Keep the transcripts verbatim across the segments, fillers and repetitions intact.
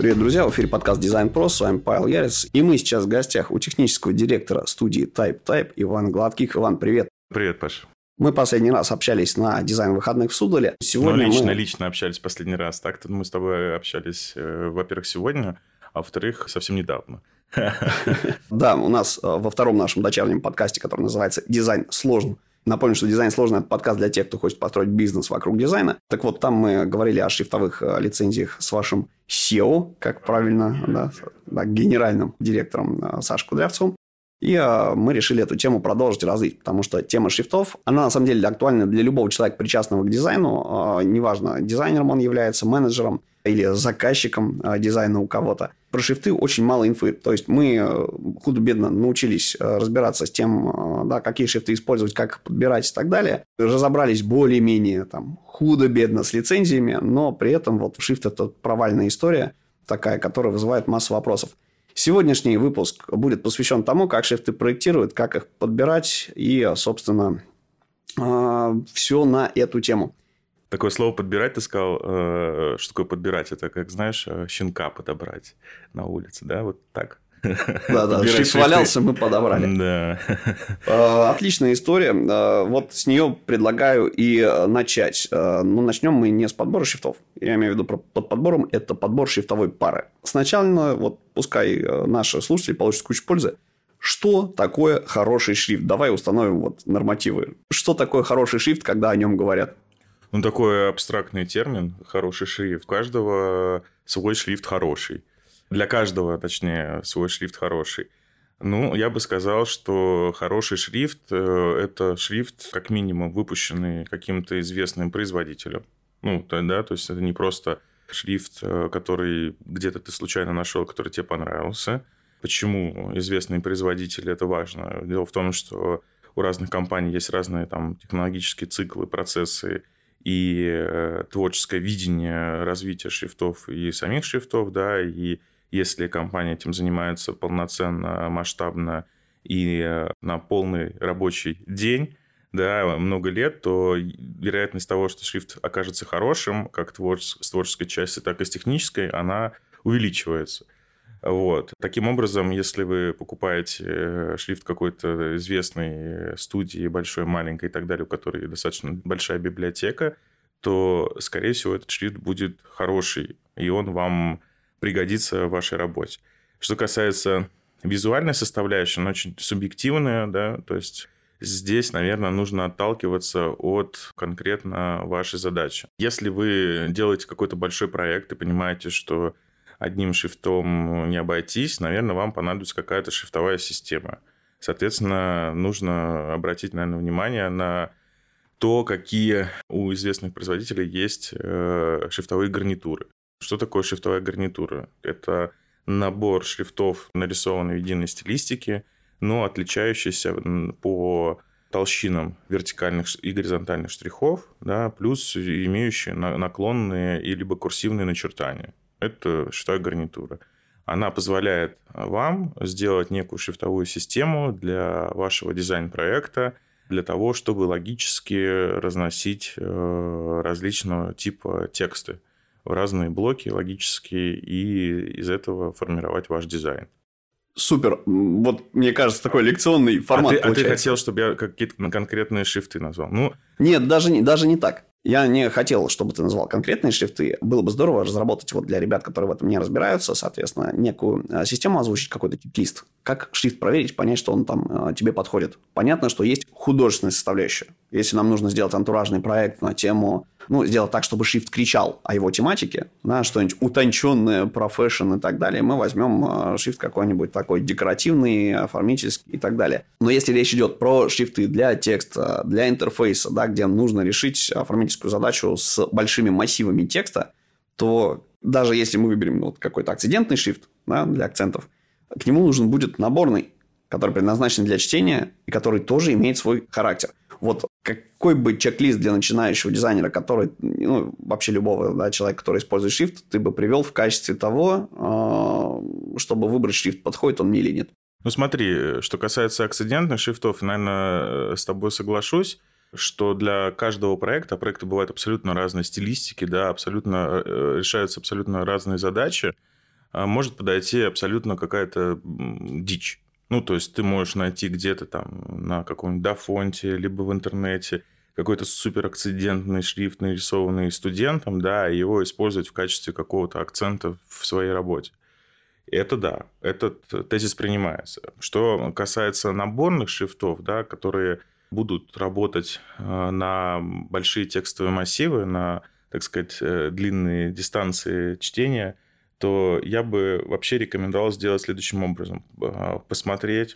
Привет, друзья! В эфире подкаст Design Pro. С вами Павел Ярец. И мы сейчас в гостях у технического директора студии Type Type Иван Гладких. Иван, привет! Привет, Паш. Мы последний раз общались на дизайн-выходных в Суздале. Сегодня ну, лично, мы... лично общались последний раз. Так-то мы с тобой общались, во-первых, сегодня, а во-вторых, совсем недавно. Да, у нас во втором нашем дочернем подкасте, который называется «Дизайн сложен». Напомню, что «Дизайн сложный» – это подкаст для тех, кто хочет построить бизнес вокруг дизайна. Так вот, там мы говорили о шрифтовых лицензиях с вашим сео, как правильно, да, да, генеральным директором Сашей Кудрявцевым. И э, мы решили эту тему продолжить развить, потому что тема шрифтов, она на самом деле актуальна для любого человека, причастного к дизайну. Э, неважно, дизайнером он является, менеджером или заказчиком э, дизайна у кого-то. Про шрифты очень мало инфы. То есть, мы э, худо-бедно научились э, разбираться с тем, э, да, какие шрифты использовать, как их подбирать и так далее. Разобрались более-менее там, худо-бедно с лицензиями, но при этом вот шрифт – это провальная история такая, которая вызывает массу вопросов. Сегодняшний выпуск будет посвящен тому, как шрифты проектируют, как их подбирать и, собственно, все на эту тему. Такое слово «подбирать» ты сказал. Что такое подбирать? Это, как знаешь, щенка подобрать на улице, да? Вот так. Да-да, шрифт валялся, мы подобрали. Да. Отличная история. Вот с нее предлагаю и начать. Но начнем мы не с подбора шрифтов. Я имею в виду под подбором. Это подбор шрифтовой пары. Сначала, вот пускай наши слушатели получат кучу пользы. Что такое хороший шрифт? Давай установим вот нормативы. Что такое хороший шрифт, когда о нем говорят? Ну, такой абстрактный термин «хороший шрифт». У каждого свой шрифт хороший. Для каждого, точнее, свой шрифт хороший. Ну, я бы сказал, что хороший шрифт – это шрифт, как минимум, выпущенный каким-то известным производителем. Ну, да, то есть, это не просто шрифт, который где-то ты случайно нашел, который тебе понравился. Почему известные производители – это важно? Дело в том, что у разных компаний есть разные там технологические циклы, процессы и творческое видение развития шрифтов и самих шрифтов, да, и если компания этим занимается полноценно, масштабно и на полный рабочий день, да, много лет, то вероятность того, что шрифт окажется хорошим, как с творческой части, так и с технической, она увеличивается. Вот. Таким образом, если вы покупаете шрифт какой-то известной студии, большой, маленькой и так далее, у которой достаточно большая библиотека, то, скорее всего, этот шрифт будет хороший, и он вам пригодится в вашей работе. Что касается визуальной составляющей, она очень субъективная, да, то есть здесь, наверное, нужно отталкиваться от конкретно вашей задачи. Если вы делаете какой-то большой проект и понимаете, что одним шрифтом не обойтись, наверное, вам понадобится какая-то шрифтовая система. Соответственно, нужно обратить, наверное, внимание на то, какие у известных производителей есть шрифтовые гарнитуры. Что такое шрифтовая гарнитура? Это набор шрифтов, нарисованный в единой стилистике, но отличающийся по толщинам вертикальных и горизонтальных штрихов, да, плюс имеющие наклонные и либо курсивные начертания. Это шрифтовая гарнитура. Она позволяет вам сделать некую шрифтовую систему для вашего дизайн-проекта, для того, чтобы логически разносить различного типа тексты в разные блоки логические и из этого формировать ваш дизайн. Супер. Вот, мне кажется, такой лекционный формат а ты, а ты хотел, чтобы я какие-то конкретные шрифты назвал? Ну... Нет, даже не, даже не так. Я не хотел, чтобы ты назвал конкретные шрифты. Было бы здорово разработать вот для ребят, которые в этом не разбираются, соответственно, некую систему озвучить, какой-то чек-лист. Как шрифт проверить, понять, что он там тебе подходит. Понятно, что есть художественная составляющая. Если нам нужно сделать антуражный проект на тему, ну, сделать так, чтобы шрифт кричал о его тематике, да, что-нибудь утонченное, профессион и так далее, мы возьмем шрифт какой-нибудь такой декоративный, оформительский и так далее. Но если речь идет про шрифты для текста, для интерфейса, да, где нужно решить оформительскую задачу с большими массивами текста, то даже если мы выберем вот какой-то акцидентный шрифт, да, для акцентов, к нему нужен будет наборный, который предназначен для чтения и который тоже имеет свой характер. Вот какой бы чек-лист для начинающего дизайнера, который, ну, вообще любого, да, человека, который использует шрифт, ты бы привел в качестве того, чтобы выбрать шрифт, подходит он мне или нет? Ну, смотри, что касается акцидентных шрифтов, наверное, с тобой соглашусь, что для каждого проекта, проекты бывают абсолютно разной стилистики, да, абсолютно решаются абсолютно разные задачи. может подойти абсолютно какая-то дичь. Ну, то есть ты можешь найти где-то там на каком-нибудь Дафонте, либо в интернете какой-то суперакцидентный шрифт, нарисованный студентом, да, и его использовать в качестве какого-то акцента в своей работе. Это да, этот тезис принимается. Что касается наборных шрифтов, да, которые будут работать на большие текстовые массивы, на, так сказать, длинные дистанции чтения, то я бы вообще рекомендовал сделать следующим образом. Посмотреть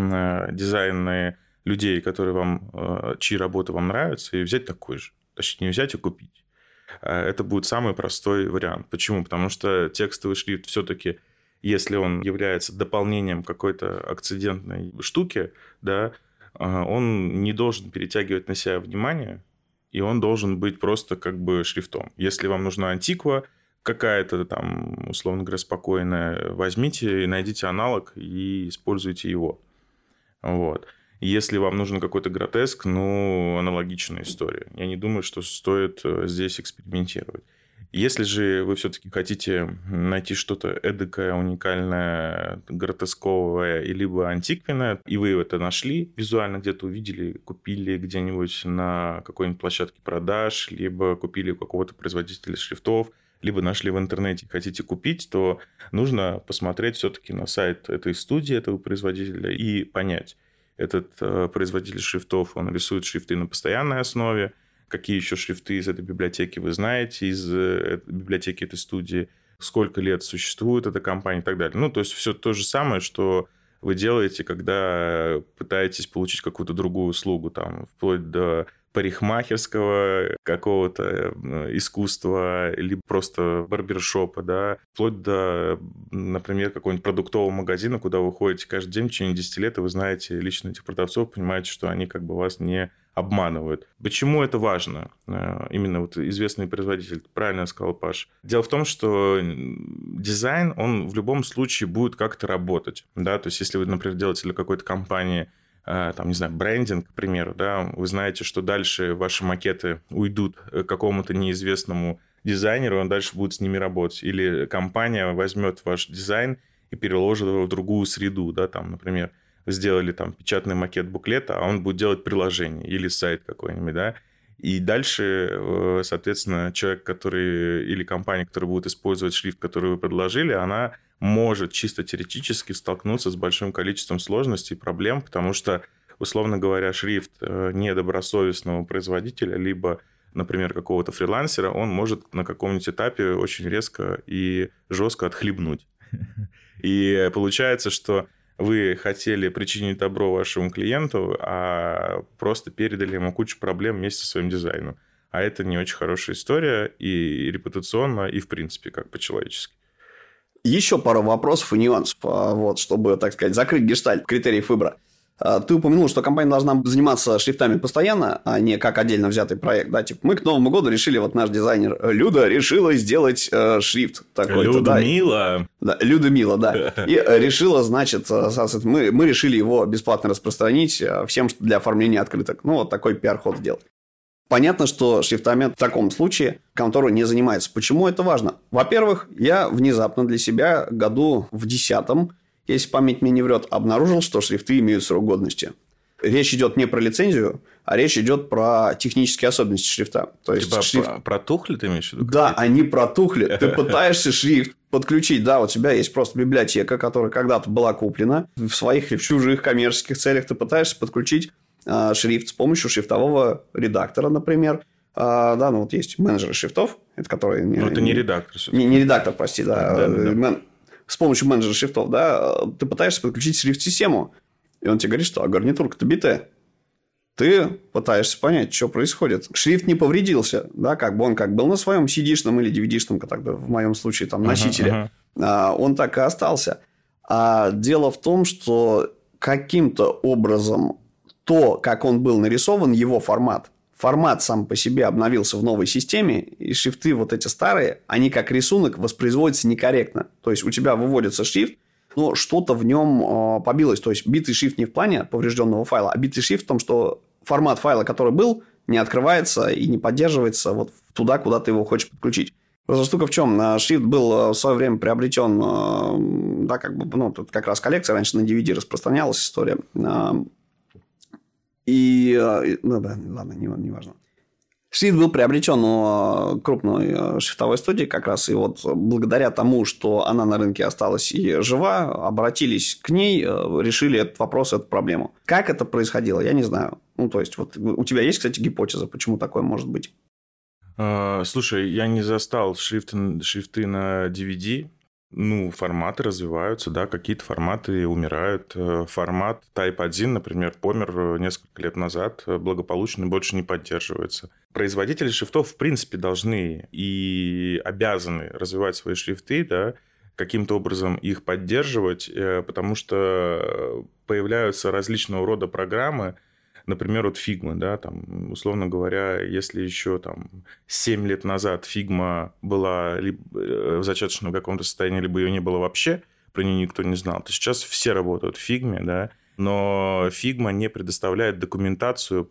дизайны людей, которые вам, чьи работы вам нравятся, и взять такой же. Точнее, не взять, а купить. Это будет самый простой вариант. Почему? Потому что текстовый шрифт все-таки, если он является дополнением какой-то акцидентной штуки, да, он не должен перетягивать на себя внимание, и он должен быть просто как бы шрифтом. Если вам нужна антиква какая-то там, условно говоря, спокойная, возьмите и найдите аналог и используйте его. Вот. Если вам нужен какой-то гротеск, ну, аналогичная история. Я не думаю, что стоит здесь экспериментировать. Если же вы все-таки хотите найти что-то эдакое, уникальное, гротесковое, либо антиквенное, и вы это нашли, визуально где-то увидели, купили где-нибудь на какой-нибудь площадке продаж, либо купили у какого-то производителя шрифтов, либо нашли в интернете и хотите купить, то нужно посмотреть все-таки на сайт этой студии, этого производителя, и понять, этот производитель шрифтов, он рисует шрифты на постоянной основе, какие еще шрифты из этой библиотеки вы знаете, из библиотеки этой студии, сколько лет существует эта компания и так далее. Ну, то есть все то же самое, что вы делаете, когда пытаетесь получить какую-то другую услугу, там, вплоть до парикмахерского какого-то искусства, либо просто барбершопа, да, вплоть до, например, какого-нибудь продуктового магазина, куда вы ходите каждый день в течение десяти лет, и вы знаете лично этих продавцов, понимаете, что они как бы вас не обманывают. Почему это важно? Именно вот известный производитель, правильно сказал Паш. Дело в том, что дизайн, он в любом случае будет как-то работать, да, то есть если вы, например, делаете для какой-то компании там, не знаю, брендинг, к примеру, да, вы знаете, что дальше ваши макеты уйдут к какому-то неизвестному дизайнеру, и он дальше будет с ними работать. Или компания возьмет ваш дизайн и переложит его в другую среду, да, там, например, вы сделали там печатный макет буклета, а он будет делать приложение или сайт какой-нибудь, да, и дальше, соответственно, человек, который, или компания, которая будет использовать шрифт, который вы предложили, она может чисто теоретически столкнуться с большим количеством сложностей и проблем, потому что, условно говоря, шрифт недобросовестного производителя, либо, например, какого-то фрилансера, он может на каком-нибудь этапе очень резко и жестко отхлебнуть. И получается, что вы хотели причинить добро вашему клиенту, а просто передали ему кучу проблем вместе со своим дизайном. А это не очень хорошая история и репутационно, и в принципе, как по-человечески. Еще пару вопросов и нюансов, вот, чтобы, так сказать, закрыть гештальт критериев выбора. Ты упомянул, что компания должна заниматься шрифтами постоянно, а не как отдельно взятый проект. Да? Типа, мы к Новому году решили, вот наш дизайнер Люда решила сделать э, шрифт такой-то. Людмила. Да, да, Людмила, да. И решила, значит, мы, мы решили его бесплатно распространить всем для оформления открыток. Ну, вот такой пиар-ход сделать. Понятно, что шрифтами в таком случае контора не занимается. Почему это важно? Во-первых, я внезапно для себя году в десятом, если память мне не врет, обнаружил, что шрифты имеют срок годности. Речь идет не про лицензию, а речь идет про технические особенности шрифта. То есть типа шрифт... протухли, ты имеешь в виду? Да, они протухли. Ты пытаешься шрифт подключить. Да, у тебя есть просто библиотека, которая когда-то была куплена в своих или в чужих коммерческих целях. Ты пытаешься подключить э, шрифт с помощью шрифтового редактора, например. А, да, ну вот есть менеджеры шрифтов, это которые... Ну, это не редактор. Не, не редактор, прости, да. да, да, да. Мен... С помощью менеджера шрифтов, да, ты пытаешься подключить шрифт-систему. И он тебе говорит, что а гарнитурка-то битая. Ты пытаешься понять, что происходит. Шрифт не повредился, да, как бы он как был на своем си ди-шном или ди ви ди-шном, тогда в моем случае там носителе, uh-huh, uh-huh. А, он так и остался. А дело в том, что каким-то образом то, как он был нарисован, его формат, формат сам по себе обновился в новой системе, и шрифты вот эти старые, они как рисунок воспроизводятся некорректно. То есть, у тебя выводится шрифт, но что-то в нем э, побилось. То есть, битый шрифт не в плане поврежденного файла, а битый шрифт в том, что формат файла, который был, не открывается и не поддерживается вот туда, куда ты его хочешь подключить. Просто штука в чем? Шрифт был в свое время приобретен, да, как бы, ну, тут как раз коллекция, раньше на ди ви ди распространялась история. И, ну, да, ладно, не, не важно. Шрифт был приобретен у крупной шрифтовой студии как раз. И вот благодаря тому, что она на рынке осталась и жива, обратились к ней, решили этот вопрос, эту проблему. Как это происходило, я не знаю. Ну, то есть, вот у тебя есть, кстати, гипотеза, почему такое может быть? Слушай, я не застал шрифты, шрифты на ди ви ди. Ну, форматы развиваются, да, какие-то форматы умирают. Формат Type один, например, помер несколько лет назад, благополучно больше не поддерживается. Производители шрифтов, в принципе, должны и обязаны развивать свои шрифты, да, каким-то образом их поддерживать, потому что появляются различного рода программы, например, вот Figma, да, там, условно говоря, если еще там семь лет назад Figma была либо в зачаточном каком-то состоянии, либо ее не было вообще, про нее никто не знал, то сейчас все работают в Figma, да, но Figma не предоставляет документацию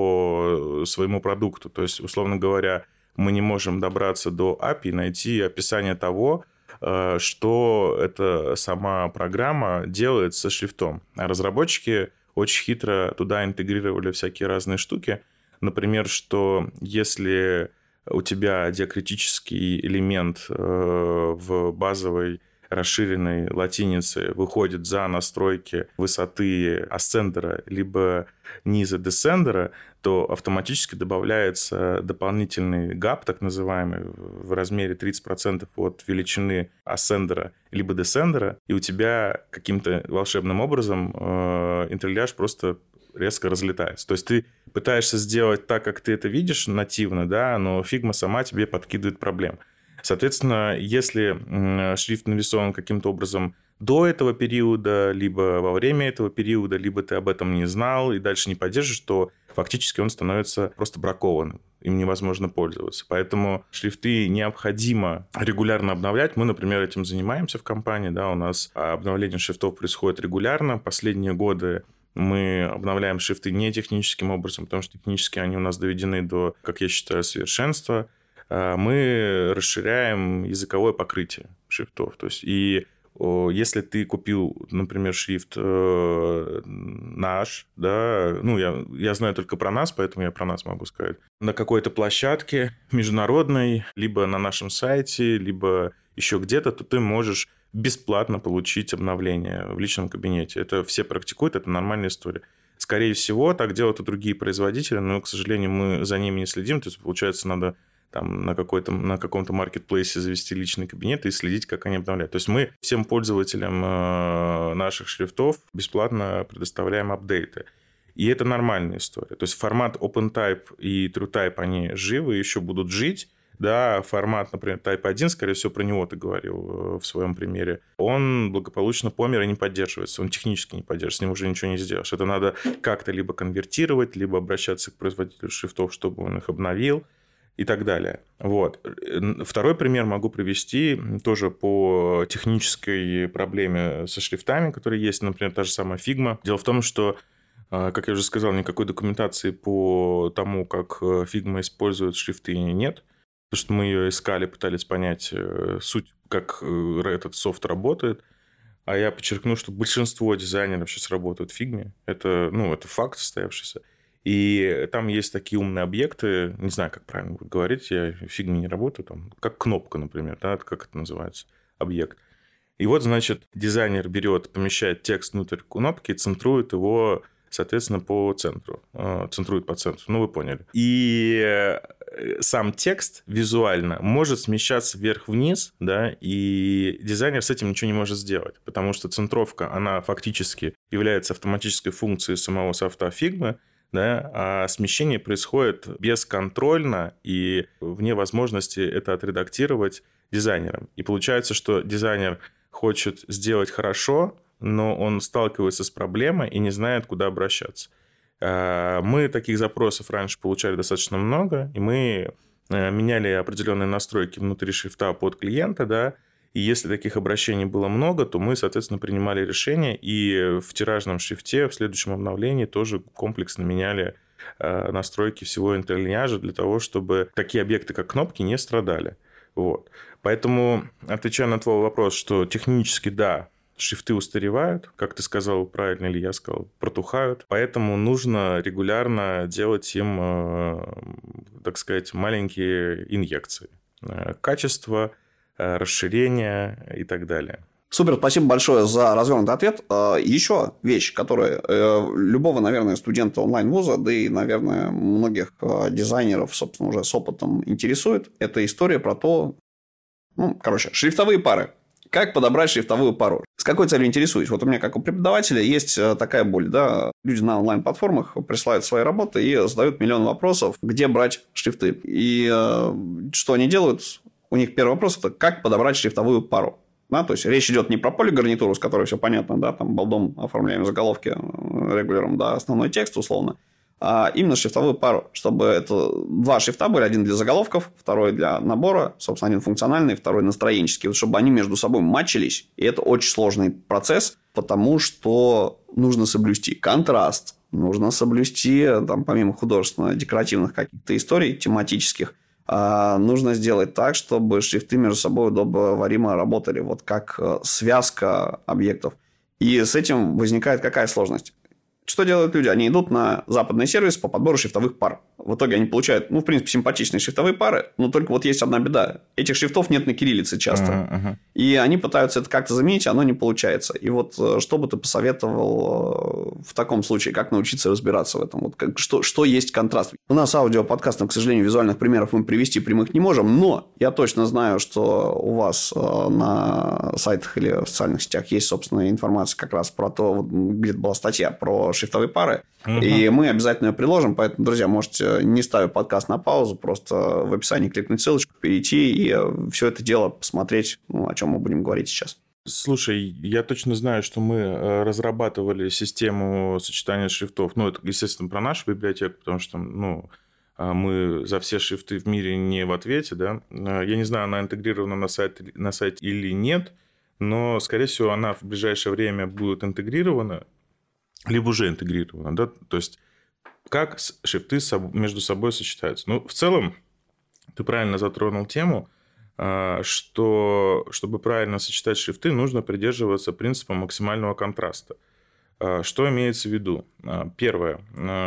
по своему продукту. То есть, условно говоря, мы не можем добраться до эй пи ай, найти описание того, что эта сама программа делает со шрифтом. А разработчики очень хитро туда интегрировали всякие разные штуки. Например, что если у тебя диакритический элемент в базовой расширенной латинице выходит за настройки высоты асцендера либо низа десцендера, то автоматически добавляется дополнительный гап, так называемый, в размере тридцать процентов от величины асцендера либо десцендера, и у тебя каким-то волшебным образом э, интерляж просто резко разлетается. То есть ты пытаешься сделать так, как ты это видишь нативно, да, но Figma сама тебе подкидывает проблем. Соответственно, если шрифт нарисован каким-то образом до этого периода, либо во время этого периода, либо ты об этом не знал и дальше не поддержишь, то фактически он становится просто бракованным, им невозможно пользоваться. Поэтому шрифты необходимо регулярно обновлять. Мы, например, этим занимаемся в компании, да, у нас обновление шрифтов происходит регулярно. Последние годы мы обновляем шрифты не техническим образом, потому что технически они у нас доведены до, как я считаю, совершенства. Мы расширяем языковое покрытие шрифтов. То есть, и если ты купил, например, шрифт э, наш, да, ну, я, я знаю только про нас, поэтому я про нас могу сказать, на какой-то площадке международной, либо на нашем сайте, либо еще где-то, то ты можешь бесплатно получить обновление в личном кабинете. Это все практикуют, это нормальная история. Скорее всего, так делают и другие производители, но, к сожалению, мы за ними не следим. То есть, получается, надо там, на, какой-то, на каком-то маркетплейсе завести личный кабинет и следить, как они обновляют. То есть мы всем пользователям наших шрифтов бесплатно предоставляем апдейты. И это нормальная история. То есть формат OpenType и TrueType, они живы, еще будут жить. Да, формат, например, Type один, скорее всего, про него ты говорил в своем примере, он благополучно помер и не поддерживается, он технически не поддерживается, с ним уже ничего не сделаешь. Это надо как-то либо конвертировать, либо обращаться к производителю шрифтов, чтобы он их обновил и так далее. Вот. Второй пример могу привести тоже по технической проблеме со шрифтами, которые есть, например, та же самая Figma. Дело в том, что, как я уже сказал, никакой документации по тому, как Figma использует шрифты, нет. Потому что мы ее искали, пытались понять суть, как этот софт работает. А я подчеркну, что большинство дизайнеров сейчас работают в Figma. Это, ну, это факт состоявшийся. И там есть такие умные объекты, не знаю, как правильно будет говорить, я в Figma не работаю, там, как кнопка, например, да, как это называется, объект. И вот, значит, дизайнер берет, помещает текст внутрь кнопки и центрует его, соответственно, по центру. Центрует по центру, ну, вы поняли. И сам текст визуально может смещаться вверх-вниз, да, и дизайнер с этим ничего не может сделать, потому что центровка, она фактически является автоматической функцией самого софта Figma, да, а смещение происходит бесконтрольно и вне возможности это отредактировать дизайнером. И получается, что дизайнер хочет сделать хорошо, но он сталкивается с проблемой и не знает, куда обращаться. Мы таких запросов раньше получали достаточно много, и мы меняли определенные настройки внутри шрифта под клиента, да, и если таких обращений было много, то мы, соответственно, принимали решение и в тиражном шрифте в следующем обновлении тоже комплексно меняли настройки всего интерлиняжа для того, чтобы такие объекты, как кнопки, не страдали. Вот. Поэтому, отвечая на твой вопрос, что технически, да, шрифты устаревают, как ты сказал правильно, или я сказал, протухают. Поэтому нужно регулярно делать им, так сказать, маленькие инъекции. Качество, расширение и так далее. Супер, спасибо большое за развернутый ответ. Еще вещь, которая любого, наверное, студента онлайн-вуза, да и, наверное, многих дизайнеров, собственно, уже с опытом интересует, это история про то, ну, короче, шрифтовые пары. Как подобрать шрифтовую пару? С какой целью интересуюсь? Вот у меня, как у преподавателя, есть такая боль. Да? Люди на онлайн-платформах присылают свои работы и задают миллион вопросов, где брать шрифты. И э, что они делают? У них первый вопрос – это как подобрать шрифтовую пару. Да? То есть, речь идет не про полигарнитуру, с которой все понятно, да? Там балдом оформляем заголовки регуляром, да, основной текст условно, а именно шрифтовую пару, чтобы это два шрифта были, один для заголовков, второй для набора, собственно, один функциональный, второй настроенческий, вот чтобы они между собой матчились, и это очень сложный процесс, потому что нужно соблюсти контраст, нужно соблюсти, там, помимо художественно-декоративных каких-то историй тематических, нужно сделать так, чтобы шрифты между собой удобоваримо работали, вот как связка объектов. И с этим возникает какая сложность? Что делают люди? Они идут на западный сервис по подбору шрифтовых пар. В итоге они получают, ну, в принципе, симпатичные шрифтовые пары, но только вот есть одна беда. Этих шрифтов нет на кириллице часто. Uh-huh, uh-huh. И они пытаются это как-то заменить, а оно не получается. И вот что бы ты посоветовал в таком случае, как научиться разбираться в этом? Вот как, что, что есть контраст? У нас аудиоподкастом, к сожалению, визуальных примеров мы привести прямых не можем, но я точно знаю, что у вас на сайтах или в социальных сетях есть, собственно, информация как раз про то, где-то была статья про шрифтовые пары, uh-huh. и мы обязательно ее приложим, поэтому, друзья, можете, не ставя подкаст на паузу, просто в описании кликнуть ссылочку, перейти и все это дело посмотреть, ну, о чем мы будем говорить сейчас. Слушай, я точно знаю, что мы разрабатывали систему сочетания шрифтов, ну, это, естественно, про нашу библиотеку, потому что, ну, мы за все шрифты в мире не в ответе, да, я не знаю, она интегрирована на сайт, на сайт или нет, но, скорее всего, она в ближайшее время будет интегрирована, либо уже интегрирована, да, то есть как шрифты между собой сочетаются. Ну, в целом, ты правильно затронул тему, что, чтобы правильно сочетать шрифты, нужно придерживаться принципа максимального контраста. Что имеется в виду? Первое,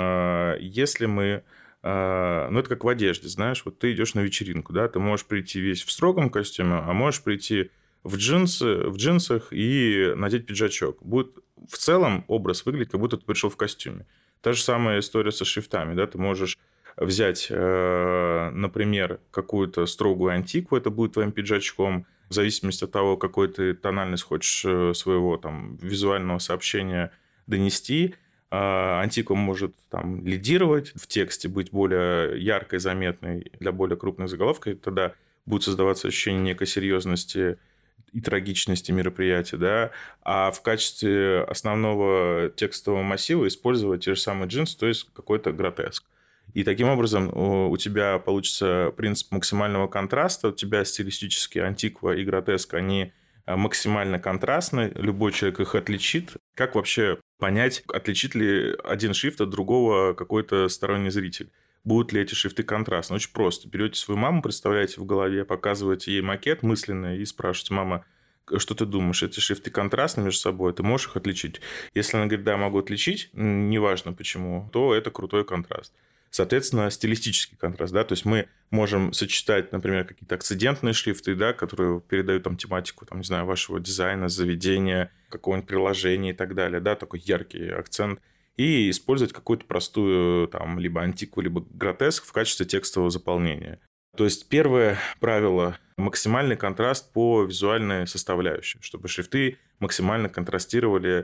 если мы... Ну, это как в одежде, знаешь, вот ты идешь на вечеринку, да, ты можешь прийти весь в строгом костюме, а можешь прийти в, джинсы, в джинсах и надеть пиджачок. Будет в целом образ выглядеть, как будто ты пришел в костюме. Та же самая история со шрифтами. Да? Ты можешь взять, например, какую-то строгую антикву, это будет твоим пиджачком, в зависимости от того, какой ты тональность хочешь своего там, визуального сообщения донести. Антиква может там, лидировать в тексте, быть более яркой, заметной для более крупных заголовков, и тогда будет создаваться ощущение некой серьезности и трагичности мероприятия, да, а в качестве основного текстового массива использовать те же самые джинсы, то есть какой-то гротеск. И таким образом у тебя получится принцип максимального контраста, у тебя стилистически антиква и гротеск, они максимально контрастны, любой человек их отличит. Как вообще понять, отличит ли один шрифт от другого какой-то сторонний зритель? Будут ли эти шрифты контрастны? Очень просто. Берете свою маму, представляете в голове, показываете ей макет мысленный и спрашиваете: мама, что ты думаешь, эти шрифты контрастны между собой? Ты можешь их отличить? Если она говорит: да, могу отличить, неважно почему, то это крутой контраст. Соответственно, стилистический контраст, да, то есть мы можем сочетать, например, какие-то акцидентные шрифты, да, которые передают там тематику, там, не знаю, вашего дизайна, заведения, какого-нибудь приложения и так далее, да, такой яркий акцент, и использовать какую-то простую там либо антикву, либо гротеск в качестве текстового заполнения. То есть первое правило – максимальный контраст по визуальной составляющей, чтобы шрифты максимально контрастировали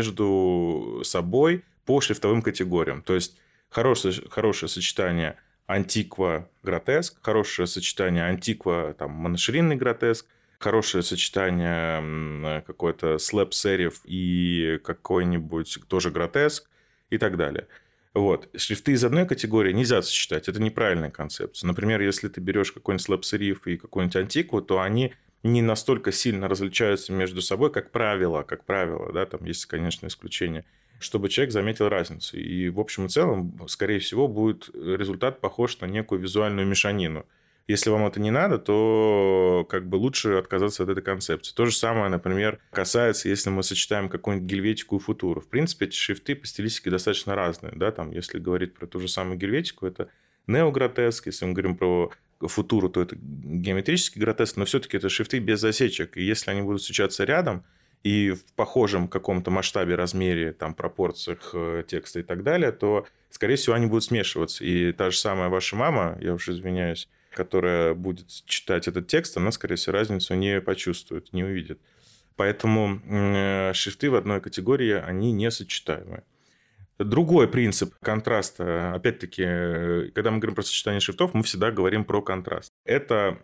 между собой по шрифтовым категориям. То есть хорошее, хорошее сочетание антиква-гротеск, хорошее сочетание антиква-моноширинный гротеск, хорошее сочетание какой-то слэп-сериф и какой-нибудь тоже гротеск и так далее. Вот. Шрифты из одной категории нельзя сочетать. Это неправильная концепция. Например, если ты берешь какой-нибудь слэп-сериф и какую-нибудь антикву, то они не настолько сильно различаются между собой, как правило. Как правило, да, там есть, конечно, исключения, чтобы человек заметил разницу. И в общем и целом, скорее всего, будет результат похож на некую визуальную мешанину. Если вам это не надо, то как бы лучше отказаться от этой концепции. То же самое, например, касается, если мы сочетаем какую-нибудь гельветику и футуру. В принципе, эти шрифты по стилистике достаточно разные. Да? Там, если говорить про ту же самую гельветику, это неогротеск. Если мы говорим про футуру, то это геометрический гротеск. Но все-таки это шрифты без засечек. И если они будут встречаться рядом и в похожем каком-то масштабе, размере, там, пропорциях текста и так далее, то, скорее всего, они будут смешиваться. И та же самая ваша мама, я уж извиняюсь, которая будет читать этот текст, она, скорее всего, разницу не почувствует, не увидит. Поэтому шрифты в одной категории, они несочетаемы. Другой принцип контраста, опять-таки, когда мы говорим про сочетание шрифтов, мы всегда говорим про контраст. Это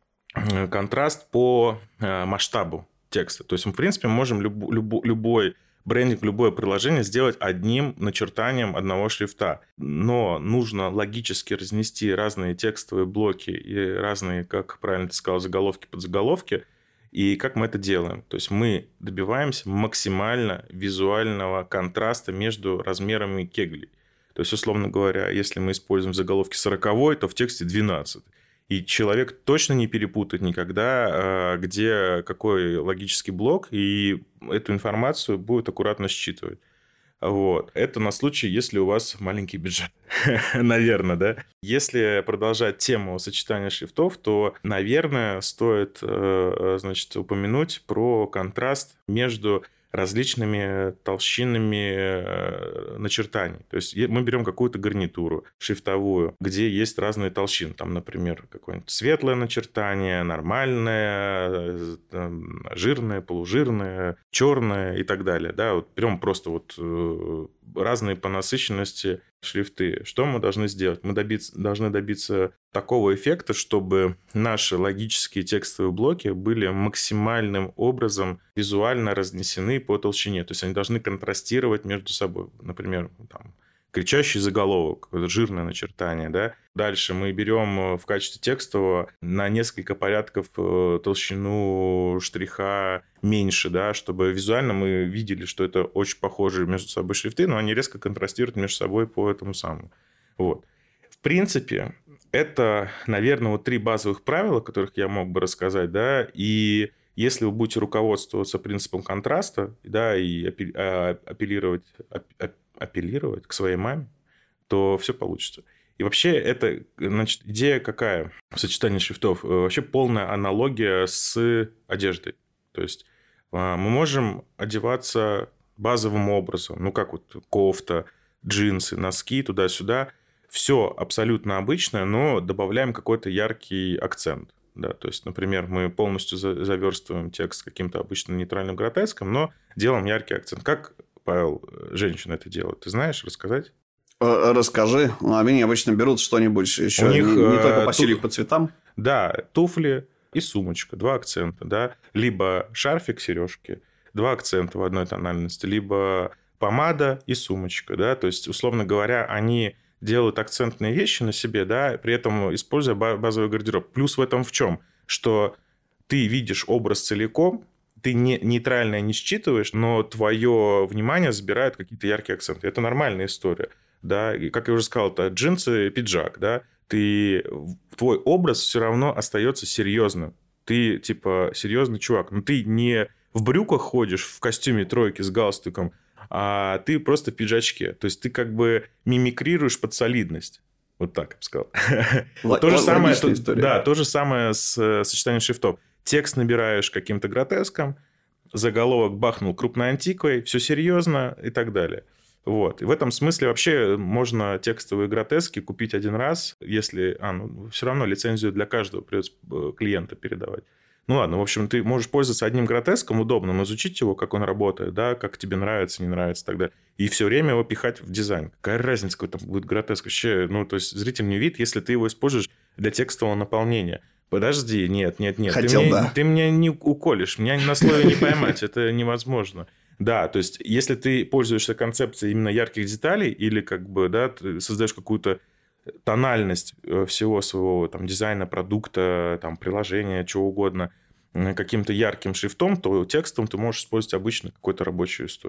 контраст по масштабу текста. То есть мы, в принципе, можем люб, люб, любой брендинг, любое приложение сделать одним начертанием одного шрифта. Но нужно логически разнести разные текстовые блоки и разные, как правильно ты сказал, заголовки, подзаголовки. И как мы это делаем? То есть мы добиваемся максимально визуального контраста между размерами кеглей. То есть, условно говоря, если мы используем заголовки сороковой, то в тексте двенадцать. И человек точно не перепутает никогда, где какой логический блок, и эту информацию будет аккуратно считывать. Вот. Это на случай, если у вас маленький бюджет. Наверное, да? Если продолжать тему сочетания шрифтов, то, наверное, стоит, значит, упомянуть про контраст между различными толщинами начертаний. То есть мы берем какую-то гарнитуру шрифтовую, где есть разные толщины. Там, например, какое-нибудь светлое начертание, нормальное, жирное, полужирное, черное и так далее. Да, вот берем просто вот разные по насыщенности шрифты. Что мы должны сделать? Мы добиться, должны добиться такого эффекта, чтобы наши логические текстовые блоки были максимальным образом визуально разнесены по толщине. То есть они должны контрастировать между собой. Например, там, кричащий заголовок, какое-то жирное начертание. Да? Дальше мы берем в качестве текстового на несколько порядков толщину штриха меньше, да, чтобы визуально мы видели, что это очень похожие между собой шрифты, но они резко контрастируют между собой по этому самому. Вот. В принципе, это, наверное, вот три базовых правила, которых я мог бы рассказать, да, и если вы будете руководствоваться принципом контраста, да, и апеллировать, апеллировать к своей маме, то все получится. И вообще, это, значит, идея какая в сочетании шрифтов? Вообще полная аналогия с одеждой. То есть мы можем одеваться базовым образом, ну, как вот кофта, джинсы, носки, туда-сюда. Все абсолютно обычное, но добавляем какой-то яркий акцент. Да, то есть, например, мы полностью заверстываем текст каким-то обычным нейтральным гротеском, но делаем яркий акцент. Как, Павел, женщины это делают? Ты знаешь, рассказать? Расскажи. Они обычно берут что-нибудь еще, У них, не, не только по стилю, по цветам. Да, туфли и сумочка, два акцента. Да? Либо шарфик, сережки, два акцента в одной тональности, либо помада и сумочка. Да? То есть, условно говоря, они делают акцентные вещи на себе, да, при этом используя базовый гардероб. Плюс в этом в чем? Что ты видишь образ целиком, ты не, нейтральное не считываешь, но твое внимание забирает какие-то яркие акценты. Это нормальная история. Да? И, как я уже сказал, это джинсы, пиджак. Да? Ты, твой образ все равно остается серьезным. Ты, типа, серьезный чувак. Но ты не в брюках ходишь, в костюме тройки с галстуком, а ты просто в пиджачке. То есть ты как бы мимикрируешь под солидность. Вот так я бы сказал. Л- то, же самое, то, да, то же самое с сочетанием шрифтов. Текст набираешь каким-то гротеском, заголовок бахнул крупной антиквой, все серьезно и так далее. Вот. И в этом смысле вообще можно текстовые гротески купить один раз, если... А, ну, все равно лицензию для каждого придется клиента передавать. Ну ладно, в общем, ты можешь пользоваться одним гротеском, удобным, изучить его, как он работает, да, как тебе нравится, не нравится и так далее. И все время его пихать в дизайн. Какая разница, какой там будет гротеск? Вообще, ну, то есть зритель не видит, если ты его используешь для текстового наполнения. Подожди, нет, нет, нет. Хотел, ты, мне, да. ты меня не уколешь, меня на слове не поймать, это невозможно. Да, то есть если ты пользуешься концепцией именно ярких деталей или как бы, да, ты создаешь какую-то тональность всего своего там, дизайна, продукта, там, приложения, чего угодно, каким-то ярким шрифтом, то текстом ты можешь использовать обычно какую-то рабочую историю.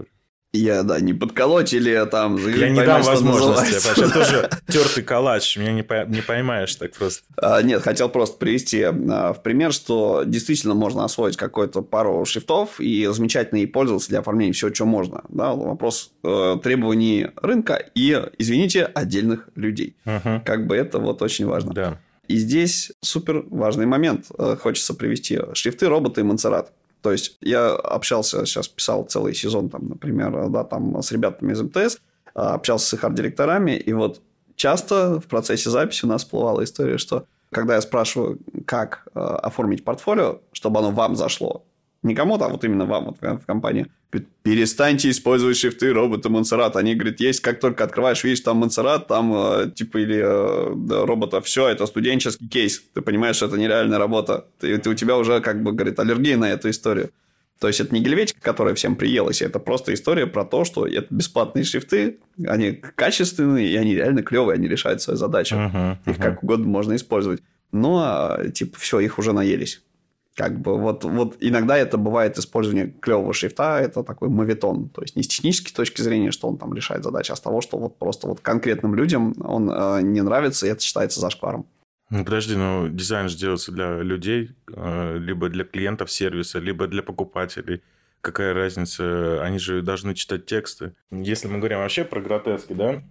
Я, да, не подколоть или там... Я не дам возможности, потому что я тоже тертый калач, меня не, по... не поймаешь так просто. А, нет, хотел просто привести а, в пример, что действительно можно освоить какую-то пару шрифтов и замечательно ей пользоваться для оформления всего, что можно. Да? Вопрос э, требований рынка и, извините, отдельных людей. Угу. Как бы это вот очень важно. Да. И здесь супер важный момент. Э, хочется привести. Шрифты, роботы и Монсеррат. То есть, я общался, сейчас писал целый сезон, там, например, да, там, с ребятами из эм тэ эс, общался с их арт-директорами, и вот часто в процессе записи у нас всплывала история, что когда я спрашиваю, как э, оформить портфолио, чтобы оно вам зашло, не кому-то, а вот именно вам вот, в компании, говорит, перестаньте использовать шрифты робота Монсеррат. Они, говорят, есть, как только открываешь, видишь, там Монсеррат, там э, типа или э, да, робота, все, это студенческий кейс. Ты понимаешь, что это нереальная работа. Ты, ты, у тебя уже, как бы, говорит, аллергия на эту историю. То есть, это не гельветика, которая всем приелась, это просто история про то, что это бесплатные шрифты, они качественные, и они реально клевые, они решают свою задачу. Uh-huh, uh-huh. Их как угодно можно использовать. Но, типа, все, их уже наелись. Как бы вот, вот иногда это бывает использование клевого шрифта, это такой моветон. То есть, не с технической точки зрения, что он там решает задачи, а с того, что вот просто вот конкретным людям он э, не нравится, и это считается зашкваром. Ну, подожди, ну, дизайн же делается для людей, э, либо для клиентов сервиса, либо для покупателей. Какая разница? Они же должны читать тексты. Если мы говорим вообще про гротески, да,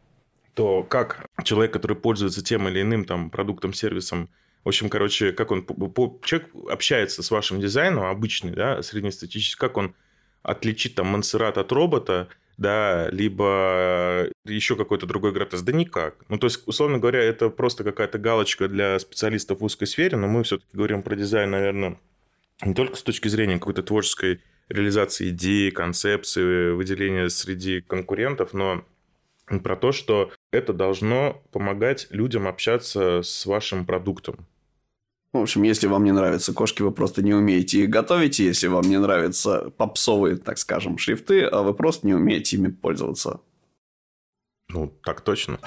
то как человек, который пользуется тем или иным там продуктом, сервисом, в общем, короче, как он... Человек общается с вашим дизайном, обычный, да, среднестатистический, как он отличит там Монсеррат от робота, да, либо еще какой-то другой гротеск? Да никак. Ну, то есть, условно говоря, это просто какая-то галочка для специалистов в узкой сфере, но мы все-таки говорим про дизайн, наверное, не только с точки зрения какой-то творческой реализации идеи, концепции, выделения среди конкурентов, но про то, что это должно помогать людям общаться с вашим продуктом. В общем, если вам не нравятся кошки, вы просто не умеете их готовить. Если вам не нравятся попсовые, так скажем, шрифты, вы просто не умеете ими пользоваться. Ну, так точно.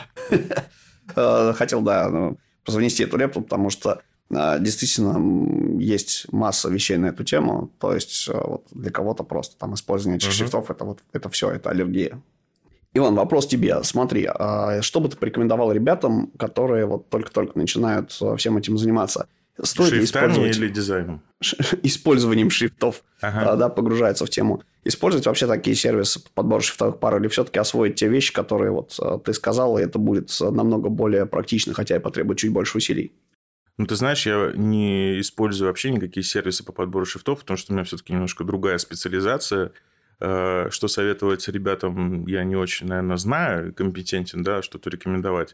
Хотел, да, просто внести эту лепту, потому что действительно есть масса вещей на эту тему. То есть, вот для кого-то просто там использование этих шрифтов, это вот это все, это аллергия. Иван, вопрос тебе. Смотри, что бы ты порекомендовал ребятам, которые вот только-только начинают всем этим заниматься? Стоит шрифтами или дизайном? Использованием шрифтов, ага. да, погружается в тему. Использовать вообще такие сервисы по подбору шрифтовых пар или все-таки освоить те вещи, которые вот ты сказал, и это будет намного более практично, хотя и потребует чуть больше усилий? Ну, ты знаешь, я не использую вообще никакие сервисы по подбору шрифтов, потому что у меня все-таки немножко другая специализация. Что советовать ребятам, я не очень, наверное, знаю, компетентен, да, что-то рекомендовать.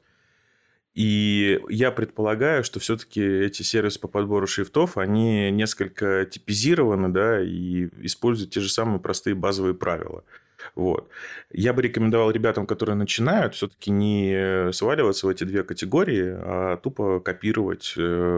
И я предполагаю, что все-таки эти сервисы по подбору шрифтов, они несколько типизированы, да, и используют те же самые простые базовые правила. Вот. Я бы рекомендовал ребятам, которые начинают, все-таки не сваливаться в эти две категории, а тупо копировать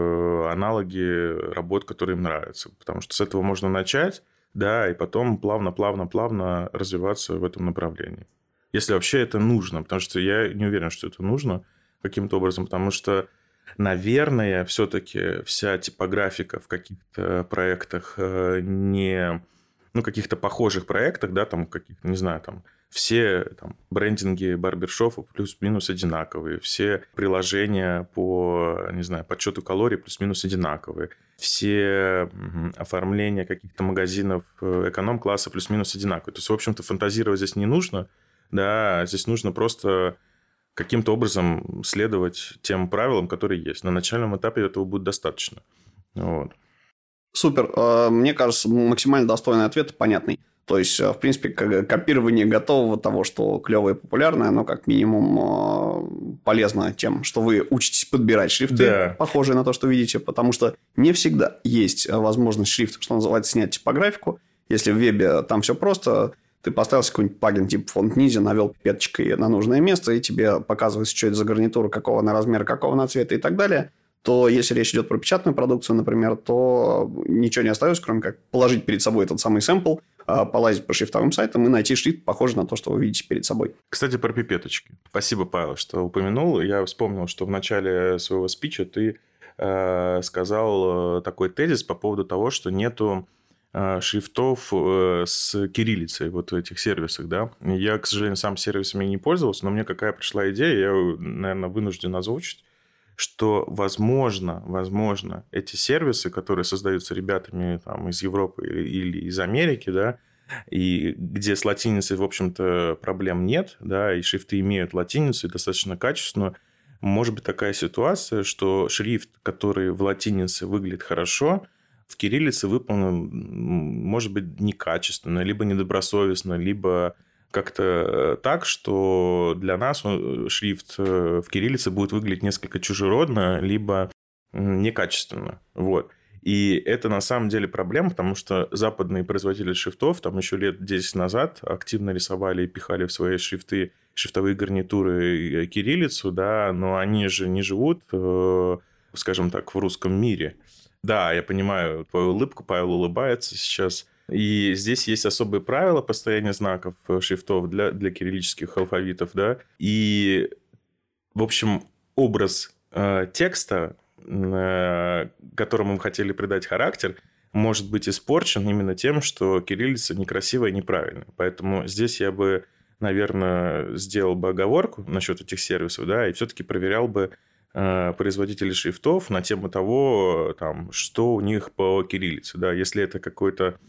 аналоги работ, которые им нравятся. Потому что с этого можно начать, да, и потом плавно-плавно-плавно развиваться в этом направлении. Если вообще это нужно, потому что я не уверен, что это нужно каким-то образом, потому что, наверное, все-таки вся типографика в каких-то проектах не... Ну, каких-то похожих проектах, да, там, каких-то, не знаю, там, все там, брендинги барбершопов плюс-минус одинаковые, все приложения по, не знаю, подсчету калорий плюс-минус одинаковые, все оформления каких-то магазинов эконом-класса плюс-минус одинаковые. То есть, в общем-то, фантазировать здесь не нужно, да, здесь нужно просто каким-то образом следовать тем правилам, которые есть. На начальном этапе этого будет достаточно. Вот. Супер. Мне кажется, максимально достойный ответ и понятный. То есть, в принципе, копирование готового того, что клевое и популярное, оно как минимум полезно тем, что вы учитесь подбирать шрифты, да, похожие на то, что видите, потому что не всегда есть возможность шрифт, что называется, снять типографику. Если в вебе там все просто, ты поставил какой-нибудь плагин типа фонд низи, навел пипеточкой на нужное место, и тебе показывается, что это за гарнитура, какого она размера, какого она цвета и так далее, то если речь идет про печатную продукцию, например, то ничего не остается, кроме как положить перед собой этот самый сэмпл, полазить по шрифтовым сайтам и найти шрифт, похожий на то, что вы видите перед собой. Кстати, про пипеточки. Спасибо, Павел, что упомянул. Я вспомнил, что в начале своего спича ты э, сказал такой тезис по поводу того, что нету шрифтов с кириллицей вот в этих сервисах, да. Я, к сожалению, сам сервисами не пользовался, но мне какая пришла идея, я, наверное, вынужден озвучить, что, возможно, возможно, эти сервисы, которые создаются ребятами там, из Европы или, или из Америки, да, и где с латиницей, в общем-то, проблем нет, да, и шрифты имеют латиницу и достаточно качественную, может быть такая ситуация, что шрифт, который в латинице выглядит хорошо, в кириллице выполнен, может быть, некачественно, либо недобросовестно, либо как-то так, что для нас шрифт в кириллице будет выглядеть несколько чужеродно, либо некачественно. Вот. И это на самом деле проблема, потому что западные производители шрифтов там еще лет десять назад активно рисовали и пихали в свои шрифты, шрифтовые гарнитуры кириллицу, да, но они же не живут, скажем так, в русском мире. Да, я понимаю твою улыбку, Павел улыбается сейчас. И здесь есть особые правила построения знаков шрифтов для, для кириллических алфавитов, да. И, в общем, образ э, текста, э, которому мы хотели придать характер, может быть испорчен именно тем, что кириллица некрасивая и неправильная. Поэтому здесь я бы, наверное, сделал бы оговорку насчет этих сервисов, да, и все-таки проверял бы э, производителей шрифтов на тему того, там, что у них по кириллице, да. Если это какой-то,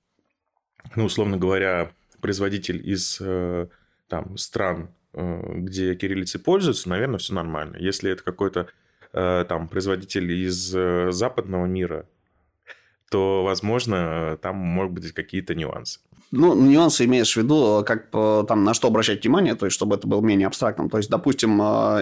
ну, условно говоря, производитель из э, там, стран, э, где кириллицей пользуются, наверное, все нормально. Если это какой-то э, там, производитель из э, западного мира, то, возможно, там могут быть какие-то нюансы. Ну, нюансы имеешь в виду, как там на что обращать внимание, то есть, чтобы это было менее абстрактным. То есть, допустим,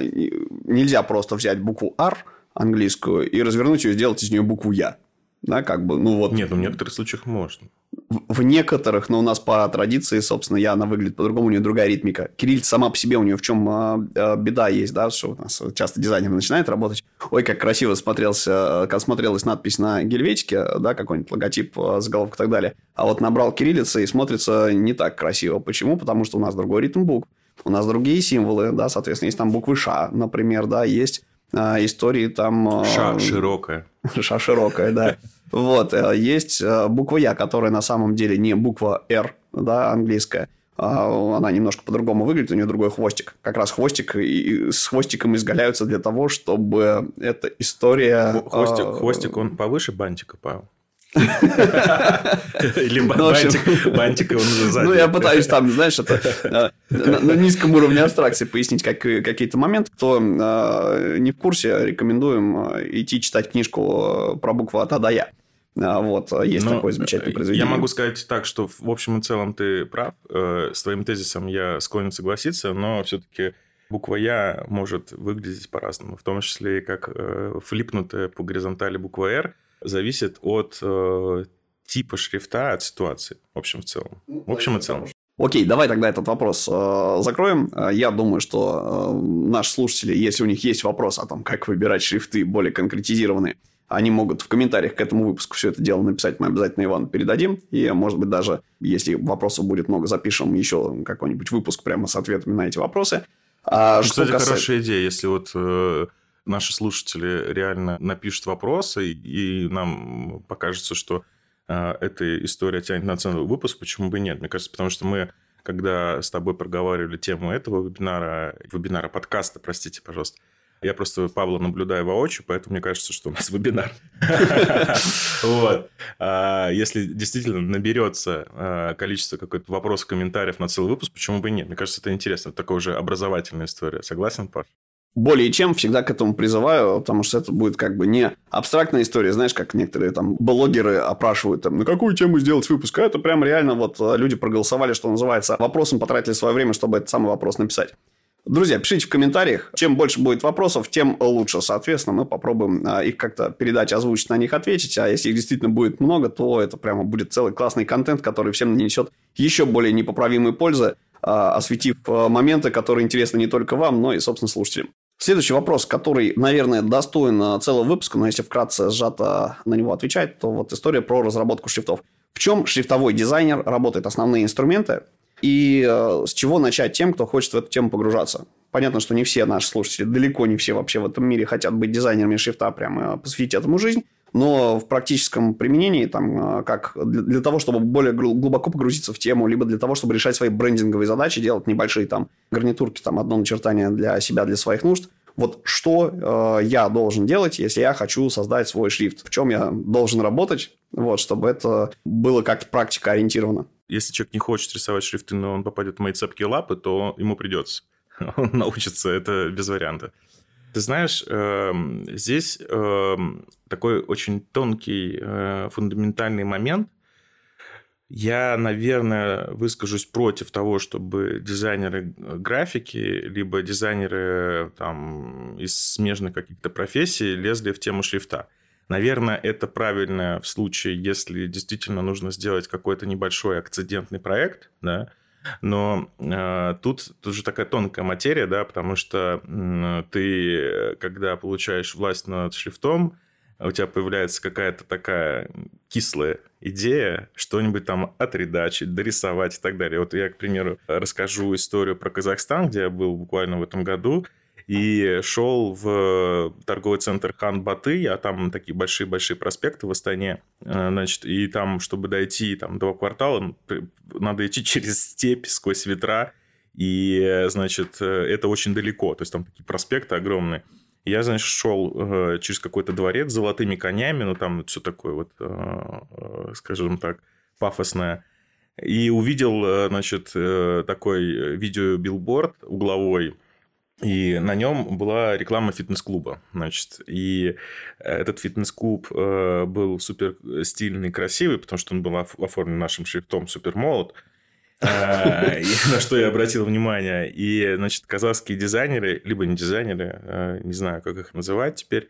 нельзя просто взять букву R английскую и развернуть ее и сделать из нее букву Я. Да, как бы, ну вот. Нет, ну в некоторых случаях можно. В, в некоторых, но у нас по традиции, собственно, я, она выглядит по-другому, у нее другая ритмика. Кириллица сама по себе, у нее в чем а, а, беда есть, да, что у нас часто дизайнер начинает работать. Ой, как красиво смотрелся, как смотрелась надпись на гельветике, да, какой-нибудь логотип, заголовок и так далее. А вот набрал кириллицы и смотрится не так красиво. Почему? Потому что у нас другой ритм букв, у нас другие символы, да, соответственно, есть там буквы Ш, например, да, есть а, истории там... Ша широкая. Ша широкая, да. Вот, есть буква Я, которая на самом деле не буква Р, да, английская. Она немножко по-другому выглядит, у нее другой хвостик. Как раз хвостик и с хвостиком изгаляются для того, чтобы эта история... Хвостик, хвостик он повыше бантика, Павел? Или бантик, бантик, и он уже сзади. Ну, я пытаюсь там, знаешь, это на низком уровне абстракции пояснить какие-то моменты. Кто не в курсе, рекомендуем идти читать книжку про букву от А до Я. Вот, есть Но такое замечательное произведение. Я могу сказать так, что в общем и целом ты прав. С твоим тезисом я склонен согласиться, но все-таки буква Я может выглядеть по-разному. В том числе и как флипнутая по горизонтали буква Р зависит от э, типа шрифта, от ситуации. В общем, в целом. В общем и целом. Окей, давай тогда этот вопрос э, закроем. Я думаю, что э, наши слушатели, если у них есть вопрос о том, как выбирать шрифты более конкретизированные, они могут в комментариях к этому выпуску все это дело написать. Мы обязательно Ивану передадим. И, может быть, даже если вопросов будет много, запишем еще какой-нибудь выпуск прямо с ответами на эти вопросы. А, ну, что кстати, касается... хорошая идея, если вот... Э... наши слушатели реально напишут вопросы, и нам покажется, что э, эта история тянет на целый выпуск, почему бы нет? Мне кажется, потому что мы, когда с тобой проговаривали тему этого вебинара, вебинара, подкаста, простите, пожалуйста, я просто Павла наблюдаю воочию, поэтому мне кажется, что у нас вебинар. Вот. Если действительно наберется количество какой-то вопросов, комментариев на целый выпуск, почему бы нет? Мне кажется, это интересно. Это такая уже образовательная история. Согласен, Паш? Более чем всегда к этому призываю, потому что это будет как бы не абстрактная история, знаешь, как некоторые там блогеры опрашивают, там, на какую тему сделать выпуск, а это прям реально вот люди проголосовали, что называется, вопросом потратили свое время, чтобы этот самый вопрос написать. Друзья, пишите в комментариях, чем больше будет вопросов, тем лучше, соответственно, мы попробуем их как-то передать, озвучить, на них ответить, а если их действительно будет много, то это прямо будет целый классный контент, который всем нанесет еще более непоправимой пользы, осветив моменты, которые интересны не только вам, но и, собственно, слушателям. Следующий вопрос, который, наверное, достоин целого выпуска, но если вкратце сжато на него отвечать, то вот история про разработку шрифтов. В чем шрифтовой дизайнер работает, основные инструменты, и э, с чего начать тем, кто хочет в эту тему погружаться. Понятно, что не все наши слушатели, далеко не все вообще в этом мире хотят быть дизайнерами шрифта, прямо посвятить этому жизнь, Но в практическом применении, там, как для, для того, чтобы более глубоко погрузиться в тему, либо для того, чтобы решать свои брендинговые задачи, делать небольшие там гарнитурки, там, одно начертание для себя, для своих нужд, вот что э, я должен делать, если я хочу создать свой шрифт, в чем я должен работать, вот, чтобы это было как-то практика ориентировано. Если человек не хочет рисовать шрифты, но он попадет в мои цепкие лапы, то ему придется. Он научится, это без варианта. Ты знаешь, здесь такой очень тонкий фундаментальный момент. Я, наверное, выскажусь против того, чтобы дизайнеры графики, либо дизайнеры там, из смежных каких-то профессий лезли в тему шрифта. Наверное, это правильно в случае, если действительно нужно сделать какой-то небольшой акцидентный проект, да, но э, тут, тут же такая тонкая материя, да, потому что э, ты, когда получаешь власть над шрифтом, у тебя появляется какая-то такая кислая идея, что-нибудь там отредачить, дорисовать и так далее. Вот я, к примеру, расскажу историю про Казахстан, где я был буквально в этом году, и шел в торговый центр Хан Баты, а там такие большие-большие проспекты в Астане, значит, и там, чтобы дойти там, до квартала, надо идти через степь, сквозь ветра, и, значит, это очень далеко, то есть там такие проспекты огромные. Я, значит, шел через какой-то дворец с золотыми конями, ну, там все такое вот, скажем так, пафосное, и увидел, значит, такой видеобилборд угловой, и на нем была реклама фитнес-клуба, значит, и этот фитнес-клуб был супер стильный, красивый, потому что он был оформлен нашим шрифтом супер молод, на что я обратил внимание. И, значит, казахские дизайнеры, либо не дизайнеры, не знаю, как их называть теперь,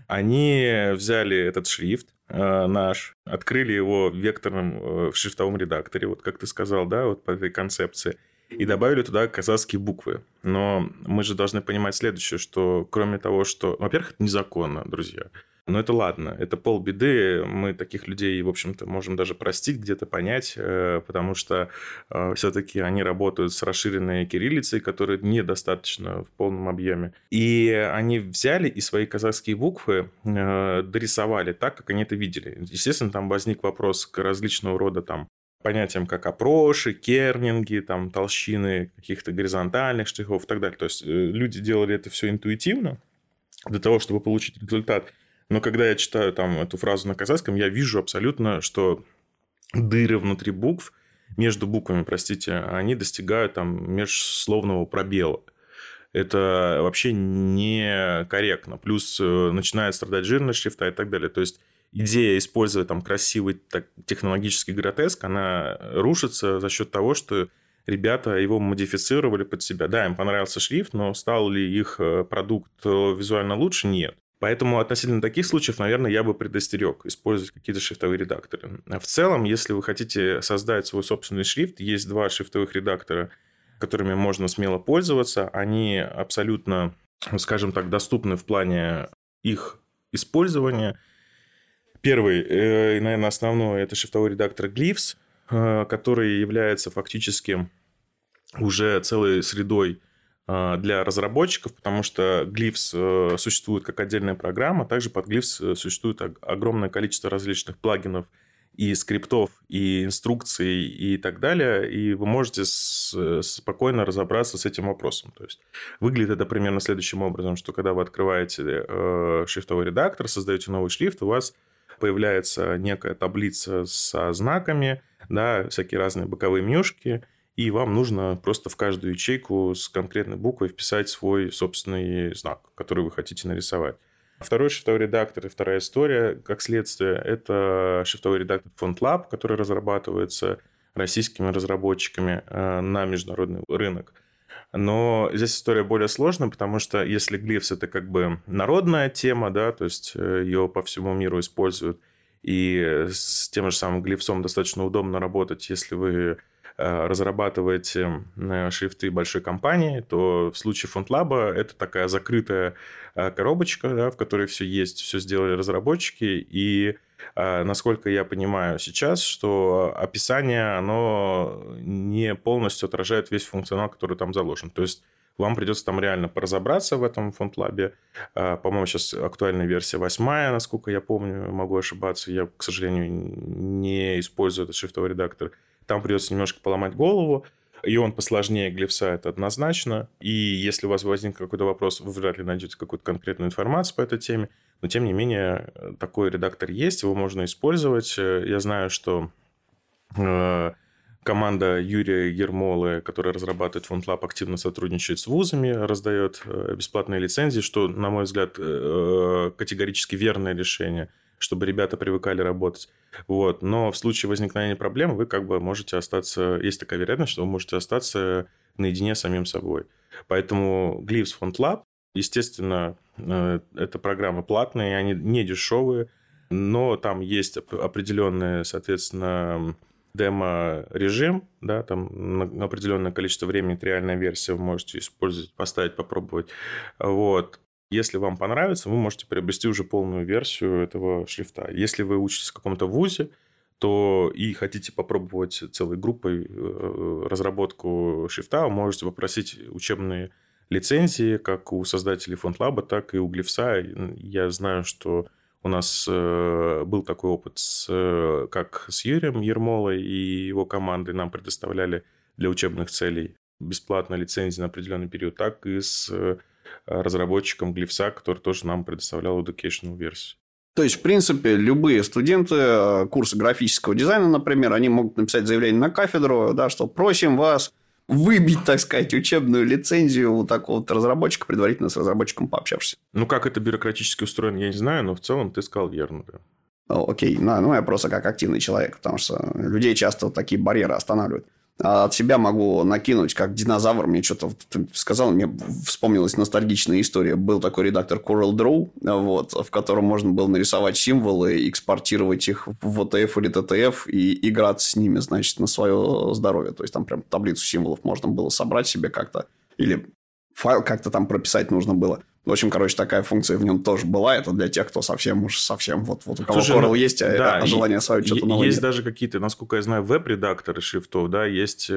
они взяли этот шрифт наш, открыли его в векторном в шрифтовом редакторе, вот как ты сказал, да, вот по этой концепции, и добавили туда казахские буквы. Но мы же должны понимать следующее, что кроме того, что... Во-первых, это незаконно, друзья. Но это ладно, это полбеды. Мы таких людей, в общем-то, можем даже простить, где-то понять, потому что все-таки они работают с расширенной кириллицей, которая недостаточно в полном объеме. И они взяли и свои казахские буквы дорисовали так, как они это видели. Естественно, там возник вопрос к различного рода там понятиям, как опроши, кернинги, там, толщины каких-то горизонтальных штрихов и так далее. То есть люди делали это все интуитивно для того, чтобы получить результат. Но когда я читаю там эту фразу на казахском, я вижу абсолютно, что дыры внутри букв, между буквами, простите, они достигают там межсловного пробела. Это вообще некорректно. Плюс начинает страдать жирность шрифта и так далее. То есть идея использовать там красивый так, технологический гротеск, она рушится за счет того, что ребята его модифицировали под себя. Да, им понравился шрифт, но стал ли их продукт визуально лучше? Нет. Поэтому относительно таких случаев, наверное, я бы предостерег использовать какие-то шрифтовые редакторы. В целом, если вы хотите создать свой собственный шрифт, есть два шрифтовых редактора, которыми можно смело пользоваться. Они абсолютно, скажем так, доступны в плане их использования. Первый, и, наверное, основной, это шрифтовой редактор Glyphs, который является фактически уже целой средой для разработчиков, потому что Glyphs существует как отдельная программа, также под Glyphs существует огромное количество различных плагинов и скриптов, и инструкций, и так далее, и вы можете с, спокойно разобраться с этим вопросом. То есть выглядит это примерно следующим образом, что когда вы открываете э, шрифтовой редактор, создаете новый шрифт, у вас появляется некая таблица со знаками, да, всякие разные боковые менюшки, и вам нужно просто в каждую ячейку с конкретной буквой вписать свой собственный знак, который вы хотите нарисовать. Второй шрифтовой редактор и вторая история, как следствие, это шрифтовой редактор FontLab, который разрабатывается российскими разработчиками на международный рынок. Но здесь история более сложная, потому что если Glyphs – это как бы народная тема, да, то есть ее по всему миру используют, и с тем же самым Glyphs достаточно удобно работать, если вы разрабатываете шрифты большой компании, то в случае FontLab это такая закрытая коробочка, да, в которой все есть, все сделали разработчики. И насколько я понимаю сейчас, что описание, оно не полностью отражает весь функционал, который там заложен. То есть вам придется там реально поразобраться в этом FontLab. По-моему, сейчас актуальная версия восьмая, насколько я помню, могу ошибаться. Я, к сожалению, не использую этот шрифтовой редактор. Там придется немножко поломать голову. И он посложнее Glyphs, это однозначно. И если у вас возник какой-то вопрос, вы вряд ли найдете какую-то конкретную информацию по этой теме. Но, тем не менее, такой редактор есть, его можно использовать. Я знаю, что команда Юрия Ермолы, которая разрабатывает FontLab, активно сотрудничает с вузами, раздает бесплатные лицензии, что, на мой взгляд, категорически верное решение, чтобы ребята привыкали работать. Вот. Но в случае возникновения проблем вы как бы можете остаться... Есть такая вероятность, что вы можете остаться наедине с самим собой. Поэтому Glyphs FontLab, естественно, это программы платные, они не дешевые, но там есть определенные, соответственно, демо-режим, да, там на определенное количество времени реальная версия вы можете использовать, поставить, попробовать. Вот. Если вам понравится, вы можете приобрести уже полную версию этого шрифта. Если вы учитесь в каком-то вузе, то и хотите попробовать целой группой разработку шрифта, вы можете попросить учебные лицензии, как у создателей FontLab, так и у Glyphs. Я знаю, что у нас был такой опыт с, как с Юрием Ермолой и его командой. Нам предоставляли для учебных целей бесплатно лицензии на определенный период, так и с разработчиком Glyphs, который тоже нам предоставлял educational версию. То есть, в принципе, любые студенты курса графического дизайна, например, они могут написать заявление на кафедру, да, что просим вас выбить, так сказать, учебную лицензию у такого вот разработчика, предварительно с разработчиком пообщавшись. Ну, как это бюрократически устроено, я не знаю, но в целом ты сказал верно, да. О, окей, ну, ну, я просто как активный человек, потому что людей часто вот такие барьеры останавливают. А от себя могу накинуть, как динозавр. Мне что-то ты сказал, мне вспомнилась ностальгичная история. Был такой редактор CorelDRAW, вот, в котором можно было нарисовать символы, экспортировать их в о тэ эф или тэ тэ эф и играться с ними, значит, на свое здоровье. То есть, там прям таблицу символов можно было собрать себе как-то. Или файл как-то там прописать нужно было. В общем, короче, такая функция в нем тоже была. Это для тех, кто совсем уж совсем... Вот, вот у кого Слушай, Corel ну, есть, а, да, а желание свое что-то новое. Есть нет. даже какие-то, насколько я знаю, веб-редакторы шрифтов, да, есть,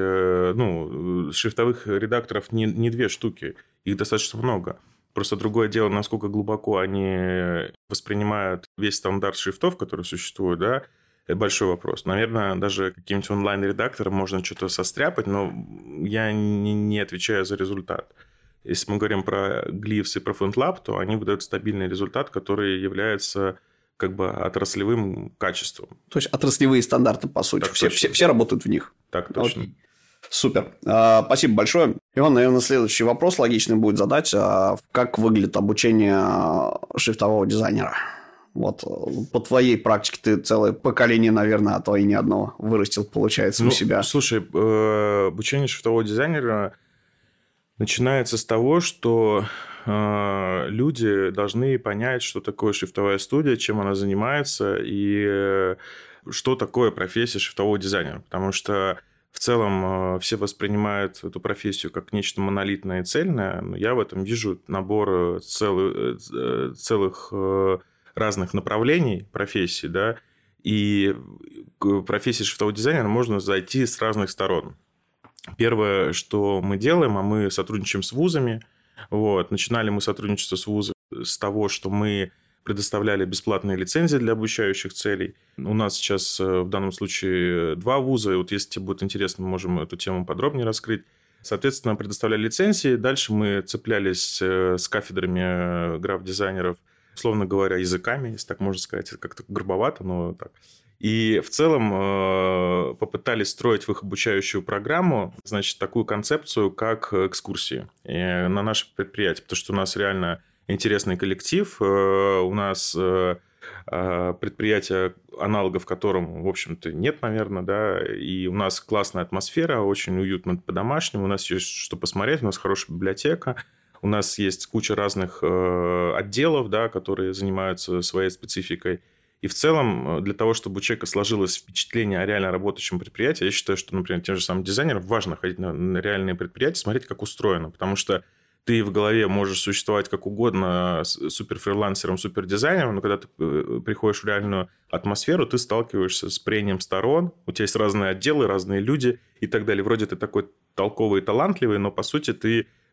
ну, шрифтовых редакторов не, не две штуки, их достаточно много. Просто другое дело, насколько глубоко они воспринимают весь стандарт шрифтов, который существует, да, это большой вопрос. Наверное, даже каким-нибудь онлайн-редактором можно что-то состряпать, но я не, не отвечаю за результат. Если мы говорим про Glyphs и про FontLab, то они выдают стабильный результат, который является как бы отраслевым качеством. То есть, отраслевые стандарты, по сути. Все, все, все работают в них. Так точно. Окей. Супер. А, спасибо большое. Иван, наверное, следующий вопрос логичный будет задать. А, как выглядит обучение шрифтового дизайнера? Вот по твоей практике ты целое поколение, наверное, а то и не одно вырастил, получается, ну, у себя. Слушай, обучение шрифтового дизайнера начинается с того, что э, люди должны понять, что такое шрифтовая студия, чем она занимается и э, что такое профессия шрифтового дизайнера. Потому что в целом э, все воспринимают эту профессию как нечто монолитное и цельное, но я в этом вижу набор целых, э, целых э, разных направлений профессии, да, и к профессии шрифтового дизайнера можно зайти с разных сторон. Первое, что мы делаем, а мы сотрудничаем с вузами. Вот. Начинали мы сотрудничество с вузами с того, что мы предоставляли бесплатные лицензии для обучающих целей. У нас сейчас в данном случае два вуза. И вот если тебе будет интересно, мы можем эту тему подробнее раскрыть. Соответственно, предоставляли лицензии. Дальше мы цеплялись с кафедрами граф-дизайнеров, условно говоря, языками, если так можно сказать. Это как-то грубовато, но так. И в целом попытались строить в их обучающую программу, значит, такую концепцию, как экскурсии на наше предприятие. Потому что у нас реально интересный коллектив. У нас предприятие, аналогов которым, в общем-то, нет, наверное, да. И у нас классная атмосфера, очень уютно по-домашнему. У нас есть что посмотреть, у нас хорошая библиотека. У нас есть куча разных отделов, да, которые занимаются своей спецификой. И в целом, для того, чтобы у человека сложилось впечатление о реально работающем предприятии, я считаю, что, например, тем же самым дизайнерам важно ходить на реальные предприятия, смотреть, как устроено. Потому что ты в голове можешь существовать как угодно суперфрилансером, супердизайнером, но когда ты приходишь в реальную атмосферу, ты сталкиваешься с прением сторон, у тебя есть разные отделы, разные люди и так далее. Вроде ты такой толковый и талантливый, но, по сути, ты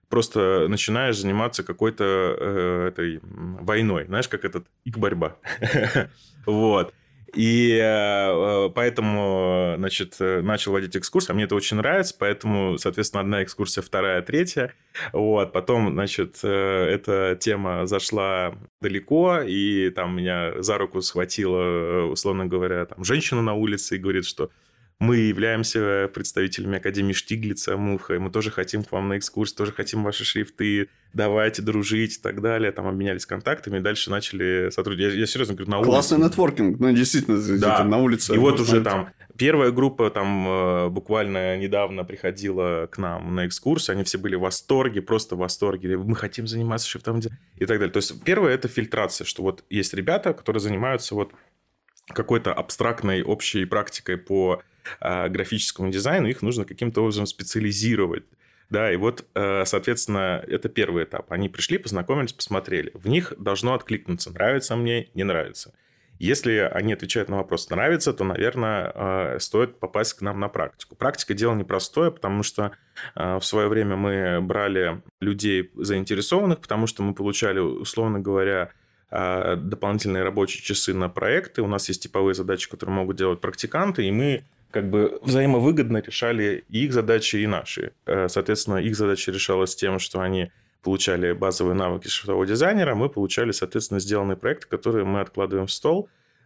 просто начинаешь заниматься какой-то э, этой войной. Знаешь, как этот ик-борьба. Вот. И э, поэтому, значит, начал водить экскурсии. А мне это очень нравится, поэтому, соответственно, одна экскурсия, вторая, третья. Вот. Потом, значит, эта тема зашла далеко, и там меня за руку схватила, условно говоря, там, женщина на улице и говорит, что мы являемся представителями Академии Штиглица, Муха, и мы тоже хотим к вам на экскурсию, тоже хотим ваши шрифты, давайте дружить и так далее. Там обменялись контактами, и дальше начали сотрудничать. Я, я серьезно говорю, на улице. Классный нетворкинг, ну, действительно, да. на улице. И вот уже там первая группа там буквально недавно приходила к нам на экскурсию, они все были в восторге, просто в восторге. Мы хотим заниматься шрифтом и так далее. То есть первое – это фильтрация, что вот есть ребята, которые занимаются вот какой-то абстрактной общей практикой по э, графическому дизайну, их нужно каким-то образом специализировать. Да, и вот, э, соответственно, это первый этап. Они пришли, познакомились, посмотрели. В них должно откликнуться, нравится мне, не нравится. Если они отвечают на вопрос «нравится», то, наверное, э, стоит попасть к нам на практику. Практика – дело непростое, потому что э, в свое время мы брали людей заинтересованных, потому что мы получали, условно говоря, дополнительные рабочие часы на проекты. У нас есть типовые задачи, которые могут делать практиканты, и мы как бы взаимовыгодно решали и их задачи, и наши. Соответственно, их задача решалась тем, что они получали базовые навыки шрифтового дизайнера, мы получали, соответственно, сделанные проекты, которые мы откладываем в стол.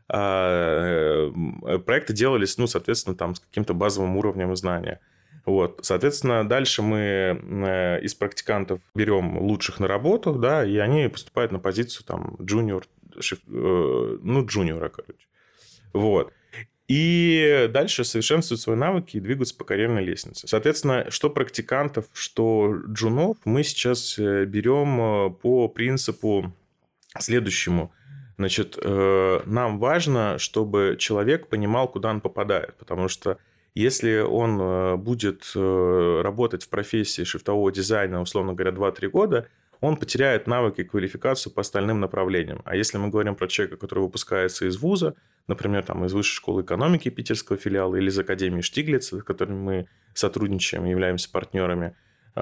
Проекты делались, ну, соответственно, там с каким-то базовым уровнем знания. Вот. Соответственно, дальше мы из практикантов берем лучших на работу, да, и они поступают на позицию там джуниор, ну, джуниора, короче. Вот. И дальше совершенствуют свои навыки и двигаются по карьерной лестнице. Соответственно, что практикантов, что джунов мы сейчас берем по принципу следующему. Значит, нам важно, чтобы человек понимал, куда он попадает, потому что если он будет работать в профессии шрифтового дизайна, условно говоря, два-три года, он потеряет навыки и квалификацию по остальным направлениям. А если мы говорим про человека, который выпускается из вуза, например, там, из Высшей школы экономики питерского филиала или из Академии Штиглица, с которыми мы сотрудничаем и являемся партнерами,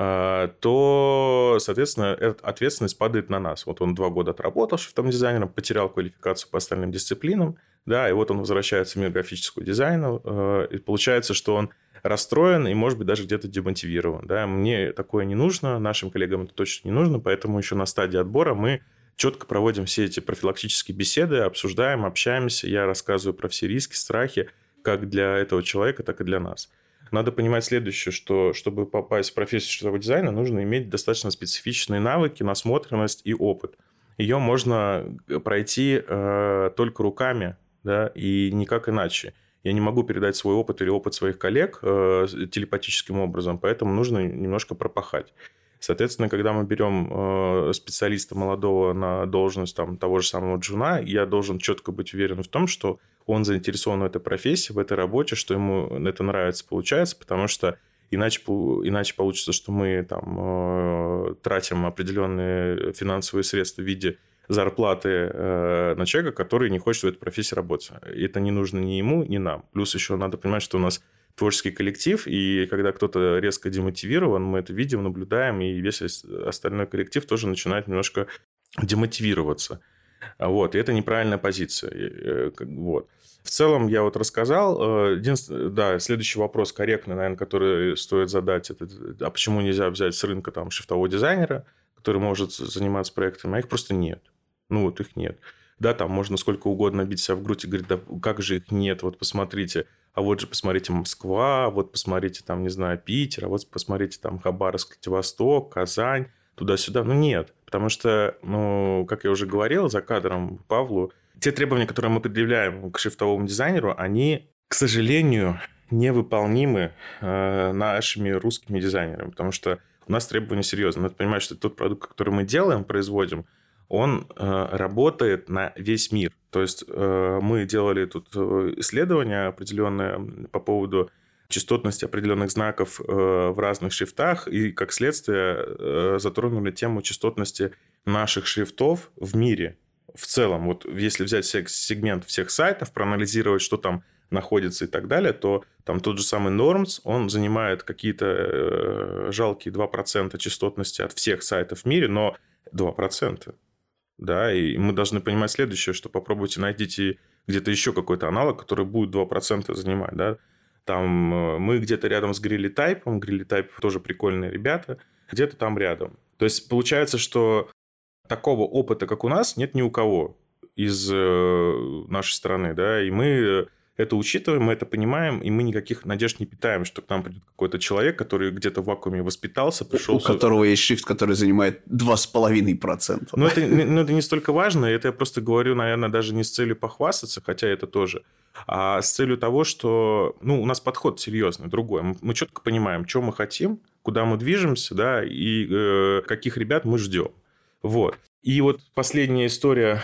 то, соответственно, ответственность падает на нас. Вот он два года отработал шрифтовым дизайнером, потерял квалификацию по остальным дисциплинам, да, и вот он возвращается в мир графического дизайна, и получается, что он расстроен и, может быть, даже где-то демотивирован. Да. Мне такое не нужно, нашим коллегам это точно не нужно, поэтому еще на стадии отбора мы четко проводим все эти профилактические беседы, обсуждаем, общаемся, я рассказываю про все риски, страхи, как для этого человека, так и для нас. Надо понимать следующее, что чтобы попасть в профессию шрифтового дизайна, нужно иметь достаточно специфичные навыки, насмотренность и опыт. Ее можно пройти э, только руками, да, и никак иначе. Я не могу передать свой опыт или опыт своих коллег э, телепатическим образом, поэтому нужно немножко пропахать. Соответственно, когда мы берем э, специалиста молодого на должность там, того же самого джуна, я должен четко быть уверен в том, что он заинтересован в этой профессии, в этой работе, что ему это нравится, получается, потому что иначе, иначе получится, что мы там, э, тратим определенные финансовые средства в виде зарплаты э, на человека, который не хочет в этой профессии работать. И это не нужно ни ему, ни нам. Плюс еще надо понимать, что у нас творческий коллектив, и когда кто-то резко демотивирован, мы это видим, наблюдаем, и весь остальной коллектив тоже начинает немножко демотивироваться. Вот, и это неправильная позиция. Вот. В целом, я вот рассказал. Единственное, да, следующий вопрос корректный, наверное, который стоит задать, это, а почему нельзя взять с рынка там шрифтового дизайнера, который может заниматься проектами, а их просто нет. Ну, вот их нет. Да, там можно сколько угодно бить себя в грудь и говорить, да как же их нет, вот посмотрите, а вот же посмотрите Москва, вот посмотрите там, не знаю, Питер, а вот посмотрите там Хабаровск, Владивосток, Казань, туда-сюда. Ну, нет, потому что, ну, как я уже говорил за кадром Павлу, те требования, которые мы предъявляем к шрифтовому дизайнеру, они, к сожалению, невыполнимы э, нашими русскими дизайнерами, потому что у нас требования серьезные. Надо понимать, что тот продукт, который мы делаем, производим, он э, работает на весь мир. То есть э, мы делали тут исследования определенные по поводу частотности определенных знаков э, в разных шрифтах, и как следствие э, затронули тему частотности наших шрифтов в мире в целом. Вот если взять сегмент всех сайтов, проанализировать, что там находится и так далее, то там тот же самый Нормс, он занимает какие-то э, жалкие два процента частотности от всех сайтов в мире, но два процента. Да, и мы должны понимать следующее, что попробуйте найдите где-то еще какой-то аналог, который будет два процента занимать, да. Там мы где-то рядом с GrillyType, GrillyType тоже прикольные ребята, где-то там рядом. То есть получается, что такого опыта, как у нас, нет ни у кого из нашей страны, да, и мы это учитываем, мы это понимаем, и мы никаких надежд не питаем, что к нам придет какой-то человек, который где-то в вакууме воспитался, пришел... У которого есть шрифт, который занимает два с половиной процента. Ну, это, ну, это не столько важно, это я просто говорю, наверное, даже не с целью похвастаться, хотя это тоже, а с целью того, что, ну, у нас подход серьезный, другой. Мы, мы четко понимаем, что мы хотим, куда мы движемся, да, и э, каких ребят мы ждем. Вот. И вот последняя история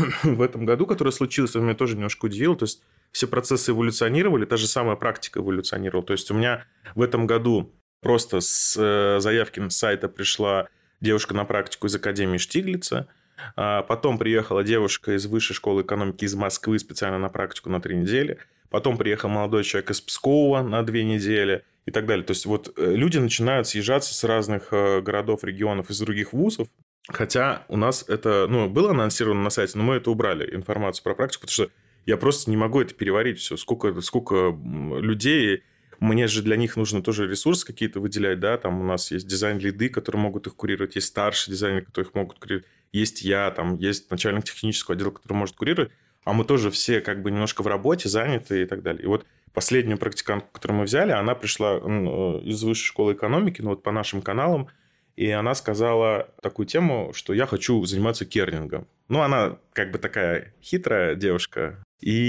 в этом году, которая случилась, она меня тоже немножко удивила. То есть, все процессы эволюционировали, та же самая практика эволюционировала. То есть, у меня в этом году просто с заявки на сайта пришла девушка на практику из Академии Штиглица. Потом приехала девушка из Высшей школы экономики из Москвы специально на практику на три недели. Потом приехал молодой человек из Пскова на две недели и так далее. То есть, вот люди начинают съезжаться с разных городов, регионов, из других вузов. Хотя у нас это, ну, было анонсировано на сайте, но мы это убрали, информацию про практику, потому что я просто не могу это переварить все. Сколько, сколько людей, мне же для них нужно тоже ресурсы какие-то выделять, да, там у нас есть дизайн-лиды, которые могут их курировать, есть старшие дизайнеры, которые их могут курировать, есть я, там есть начальник технического отдела, который может курировать, а мы тоже все как бы немножко в работе заняты и так далее. И вот последнюю практикантку, которую мы взяли, она пришла из Высшей школы экономики, ну вот по нашим каналам, и она сказала такую тему, что я хочу заниматься кернингом. Ну, она как бы такая хитрая девушка.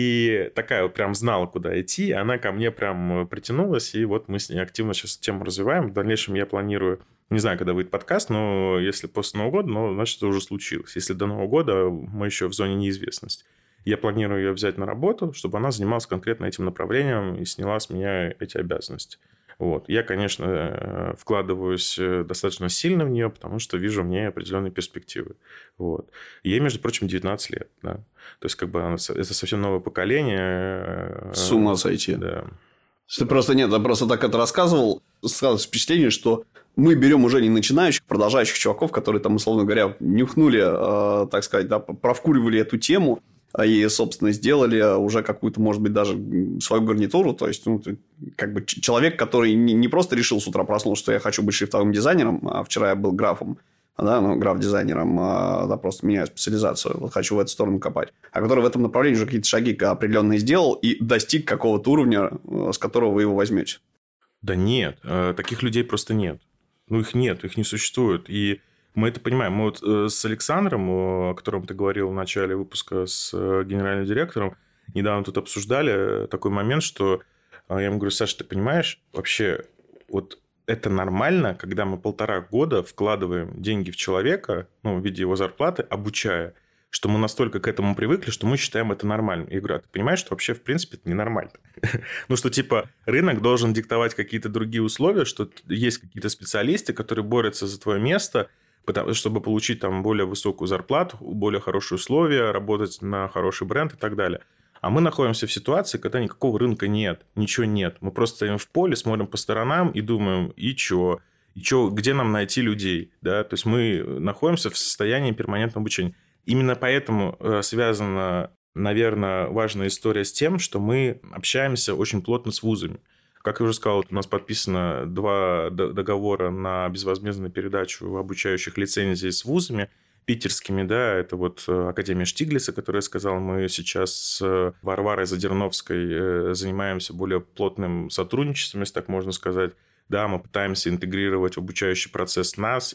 И такая вот прям знала, куда идти. Она ко мне прям притянулась. И вот мы с ней активно сейчас эту тему развиваем. В дальнейшем я планирую... Не знаю, когда выйдет подкаст, но если после Нового года, ну, значит, это уже случилось. Если до Нового года мы еще в зоне неизвестности. Я планирую ее взять на работу, чтобы она занималась конкретно этим направлением и сняла с меня эти обязанности. Вот. Я, конечно, вкладываюсь достаточно сильно в нее, потому что вижу в ней определенные перспективы. Вот. Ей, между прочим, девятнадцать лет. Да. То есть, как бы она, это совсем новое поколение. С ума сойти. Да. Ты просто нет, я просто так это рассказывал, складывается впечатление, что мы берем уже не начинающих, продолжающих чуваков, которые там, условно говоря, нюхнули, э, так сказать, да, провкуривали эту тему, и, собственно, сделали уже какую-то, может быть, даже свою гарнитуру. То есть, ну, как бы человек, который не просто решил с утра проснуться, что я хочу быть шрифтовым дизайнером, а вчера я был графом, да, ну, граф-дизайнером, а, да, просто меняю специализацию, вот хочу в эту сторону копать, а который в этом направлении уже какие-то шаги определенные сделал и достиг какого-то уровня, с которого вы его возьмете. Да нет, таких людей просто нет. Ну, их нет, их не существует. И мы это понимаем. Мы вот с Александром, о котором ты говорил в начале выпуска, с генеральным директором, недавно тут обсуждали такой момент, что я ему говорю: Саша, ты понимаешь, вообще вот это нормально, когда мы полтора года вкладываем деньги в человека, ну, в виде его зарплаты, обучая, что мы настолько к этому привыкли, что мы считаем это нормальным. Я говорю: а ты понимаешь, что вообще, в принципе, это ненормально? Ну, что, типа, рынок должен диктовать какие-то другие условия, что есть какие-то специалисты, которые борются за твое место, чтобы получить там более высокую зарплату, более хорошие условия, работать на хороший бренд и так далее. А мы находимся в ситуации, когда никакого рынка нет, ничего нет. Мы просто стоим в поле, смотрим по сторонам и думаем: и чё? И чё? Где нам найти людей? Да? То есть, мы находимся в состоянии перманентного обучения. Именно поэтому связана, наверное, важная история с тем, что мы общаемся очень плотно с вузами. Как я уже сказал, у нас подписано два договора на безвозмездную передачу обучающих лицензий с вузами питерскими, да, это вот Академия Штиглица, которая я сказал, мы сейчас с Варварой Задерновской занимаемся более плотным сотрудничеством, если так можно сказать. Да, мы пытаемся интегрировать в обучающий процесс нас,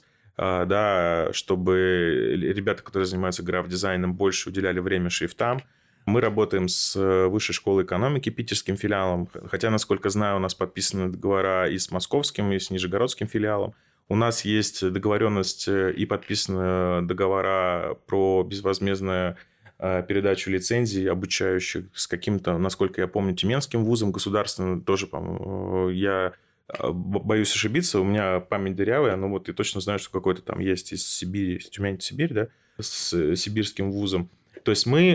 да, чтобы ребята, которые занимаются граф-дизайном, больше уделяли время шрифтам. Мы работаем с Высшей школой экономики, питерским филиалом, хотя, насколько знаю, у нас подписаны договора и с московским, и с нижегородским филиалом. У нас есть договоренность и подписаны договора про безвозмездную передачу лицензий обучающих с каким-то, насколько я помню, тюменским вузом государственным. Тоже, по-моему, я боюсь ошибиться, у меня память дырявая, но вот я точно знаю, что какой-то там есть из Сибири, из Тюмень, Сибирь, да, с сибирским вузом. То есть мы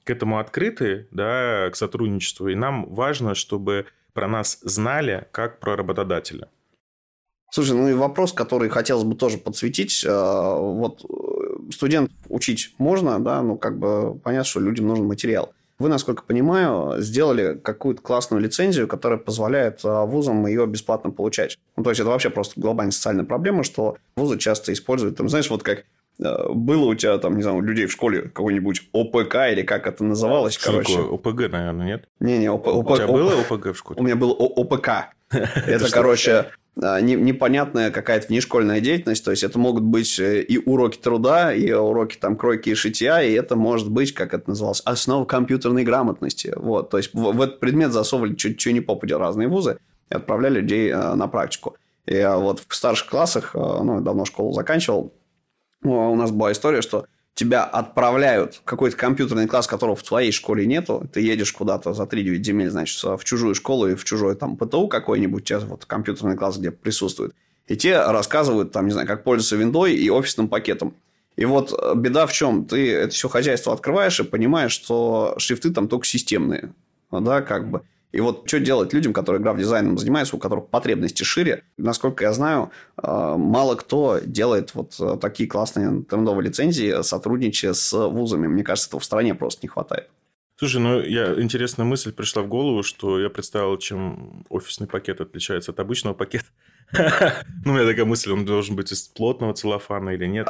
к этому открыты, да, к сотрудничеству, и нам важно, чтобы про нас знали, как про работодателя. Слушай, ну и вопрос, который хотелось бы тоже подсветить. Вот студент учить можно, да, ну как бы понятно, что людям нужен материал. Вы, насколько понимаю, сделали какую-то классную лицензию, которая позволяет вузам ее бесплатно получать. Ну, то есть, это вообще просто глобальная социальная проблема, что вузы часто используют, там, знаешь, вот как было у тебя, там, не знаю, у людей в школе какой-нибудь ОПК или как это называлось, что короче. Такое? ОПГ, наверное, нет? Не-не, ОП... У ОП... тебя было ОПГ в школе? У меня был ОПК. Это, короче... непонятная какая-то внешкольная деятельность, то есть это могут быть и уроки труда, и уроки там кройки и шитья, и это может быть, как это называлось, основа компьютерной грамотности. Вот, то есть в, в этот предмет засовывали чуть-чуть не попадя разные вузы и отправляли людей а, на практику. И а, вот в старших классах, а, ну, я давно школу заканчивал, ну, у нас была история, что тебя отправляют в какой-то компьютерный класс, которого в твоей школе нету. Ты едешь куда-то за три девять земель, значит, в чужую школу и в чужой там ПТУ какой-нибудь, сейчас вот компьютерный класс, где присутствует. И те рассказывают, там, не знаю, как пользоваться виндой и офисным пакетом. И вот беда в чем? Ты это все хозяйство открываешь и понимаешь, что шрифты там только системные. Да, как бы. И вот что делать людям, которые граф-дизайном занимаются, у которых потребности шире? Насколько я знаю, мало кто делает вот такие классные трендовые лицензии, сотрудничая с вузами. Мне кажется, этого в стране просто не хватает. Слушай, ну, я, интересная мысль пришла в голову, что я представил, чем офисный пакет отличается от обычного пакета. Ну, у меня такая мысль, он должен быть из плотного целлофана или нет.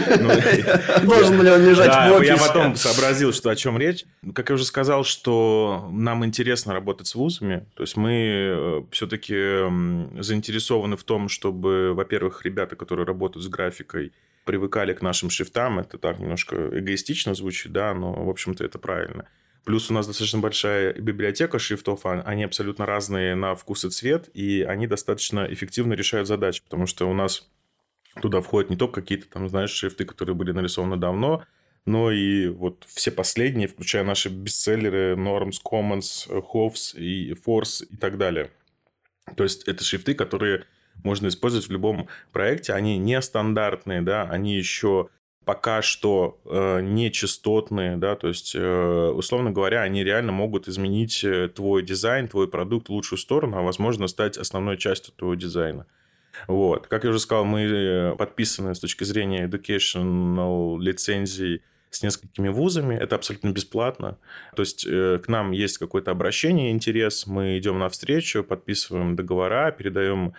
Должен ли он лежать в офисе? Я потом сообразил, что о чем речь. Как я уже сказал, что нам интересно работать с вузами. То есть, мы все-таки заинтересованы в том, чтобы, во-первых, ребята, которые работают с графикой, привыкали к нашим шрифтам. Это так немножко эгоистично звучит, да, но, в общем-то, это правильно. Плюс у нас достаточно большая библиотека шрифтов, они абсолютно разные на вкус и цвет, и они достаточно эффективно решают задачи, потому что у нас туда входят не только какие-то, там, знаешь, шрифты, которые были нарисованы давно, но и вот все последние, включая наши бестселлеры Norms, Commons, Hofs и Force и так далее. То есть, это шрифты, которые можно использовать в любом проекте, они не стандартные, да, они еще... пока что э, нечастотные, да, то есть, э, условно говоря, они реально могут изменить твой дизайн, твой продукт в лучшую сторону, а, возможно, стать основной частью твоего дизайна. Вот. Как я уже сказал, мы подписаны с точки зрения educational лицензий с несколькими вузами, это абсолютно бесплатно. То есть, э, к нам есть какое-то обращение, интерес, мы идем навстречу, подписываем договора, передаем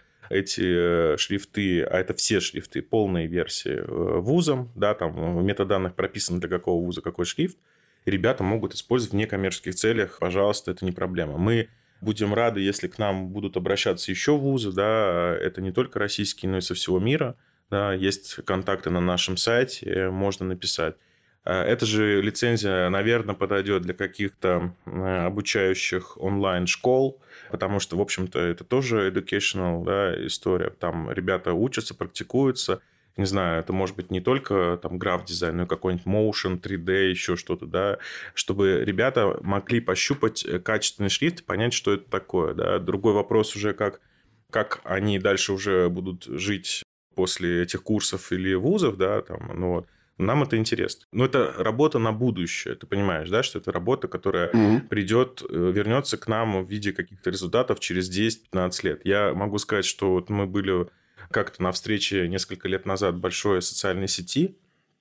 эти шрифты, а это все шрифты, полные версии вузам, да, там в метаданных прописано, для какого вуза какой шрифт, и ребята могут использовать в некоммерческих целях, пожалуйста, это не проблема. Мы будем рады, если к нам будут обращаться еще вузы, да, это не только российские, но и со всего мира, да, есть контакты на нашем сайте, можно написать. Эта же лицензия, наверное, подойдет для каких-то обучающих онлайн-школ, потому что, в общем-то, это тоже educational, да, история. Там ребята учатся, практикуются. Не знаю, это может быть не только там граф-дизайн, но и какой-нибудь motion, три дэ, еще что-то, да, чтобы ребята могли пощупать качественный шрифт и понять, что это такое, да. Другой вопрос уже, как, как они дальше уже будут жить после этих курсов или вузов, да, там, ну вот. Нам это интересно. Но это работа на будущее. Ты понимаешь, да, что это работа, которая mm-hmm. придет, вернется к нам в виде каких-то результатов через десять-пятнадцать лет. Я могу сказать, что вот мы были как-то на встрече несколько лет назад большой социальной сети,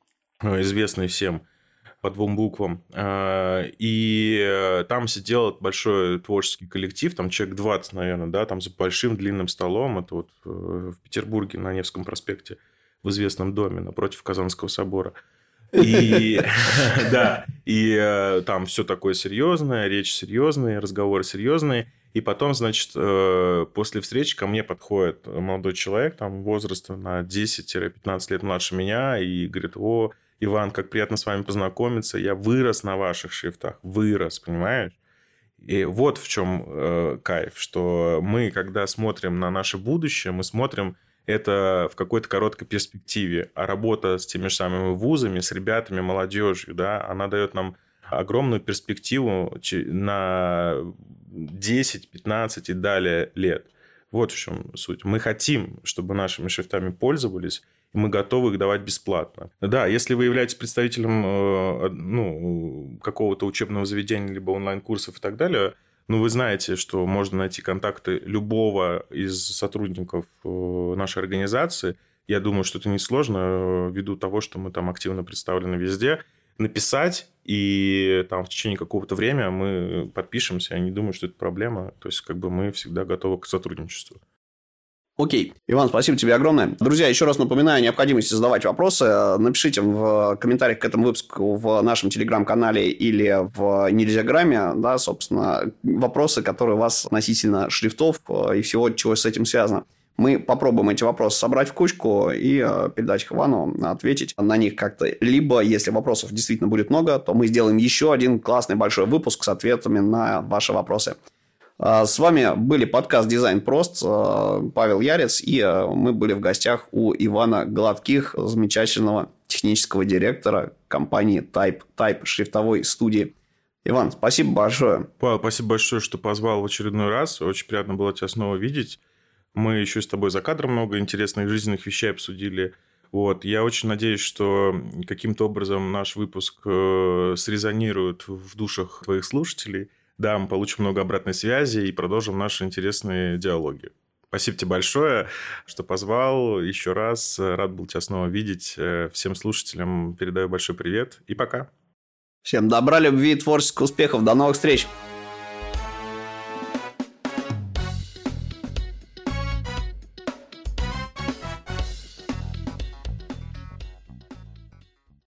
известной всем по двум буквам. И там сидел большой творческий коллектив, там человек двадцать, наверное, да, там за большим длинным столом. Это вот в Петербурге на Невском проспекте, в известном доме напротив Казанского собора. И, да, и там все такое серьезное, речь серьезная, разговоры серьезные. И потом, значит, после встречи ко мне подходит молодой человек, там, возраста на десять-пятнадцать лет младше меня, и говорит: о, Иван, как приятно с вами познакомиться, я вырос на ваших шрифтах, вырос, понимаешь? И вот в чем э, кайф, что мы, когда смотрим на наше будущее, мы смотрим это в какой-то короткой перспективе. А работа с теми же самыми вузами, с ребятами, молодежью, да, она дает нам огромную перспективу на десять, пятнадцать и далее лет. Вот в чем суть. Мы хотим, чтобы нашими шрифтами пользовались. мы готовы их давать бесплатно. Да, если вы являетесь представителем э, ну, какого-то учебного заведения, либо онлайн-курсов и так далее, ну, вы знаете, что можно найти контакты любого из сотрудников э, нашей организации. Я думаю, что это несложно, э, ввиду того, что мы там активно представлены везде. Написать, и там в течение какого-то времени мы подпишемся. Я не думаю, что это проблема. То есть, как бы мы всегда готовы к сотрудничеству. Окей. Иван, спасибо тебе огромное. Друзья, еще раз напоминаю о необходимости задавать вопросы. Напишите в комментариях к этому выпуску в нашем телеграм-канале или в Нельзяграме, да, собственно, вопросы, которые у вас относительно шрифтов и всего, чего с этим связано. Мы попробуем эти вопросы собрать в кучку и передать их Ивану, ответить на них как-то. Либо, если вопросов действительно будет много, то мы сделаем еще один классный большой выпуск с ответами на ваши вопросы. С вами были подкаст «Дизайн прост», Павел Ярец, и мы были в гостях у Ивана Гладких, замечательного технического директора компании Type, Type шрифтовой студии. Иван, спасибо большое. Павел, спасибо большое, что позвал в очередной раз. Очень приятно было тебя снова видеть. Мы еще с тобой за кадром много интересных жизненных вещей обсудили. Вот. Я очень надеюсь, что каким-то образом наш выпуск срезонирует в душах твоих слушателей. Да, мы получим много обратной связи и продолжим наши интересные диалоги. Спасибо тебе большое, что позвал. Еще раз рад был тебя снова видеть. Всем слушателям передаю большой привет и пока. Всем добра, любви и творческих успехов. До новых встреч.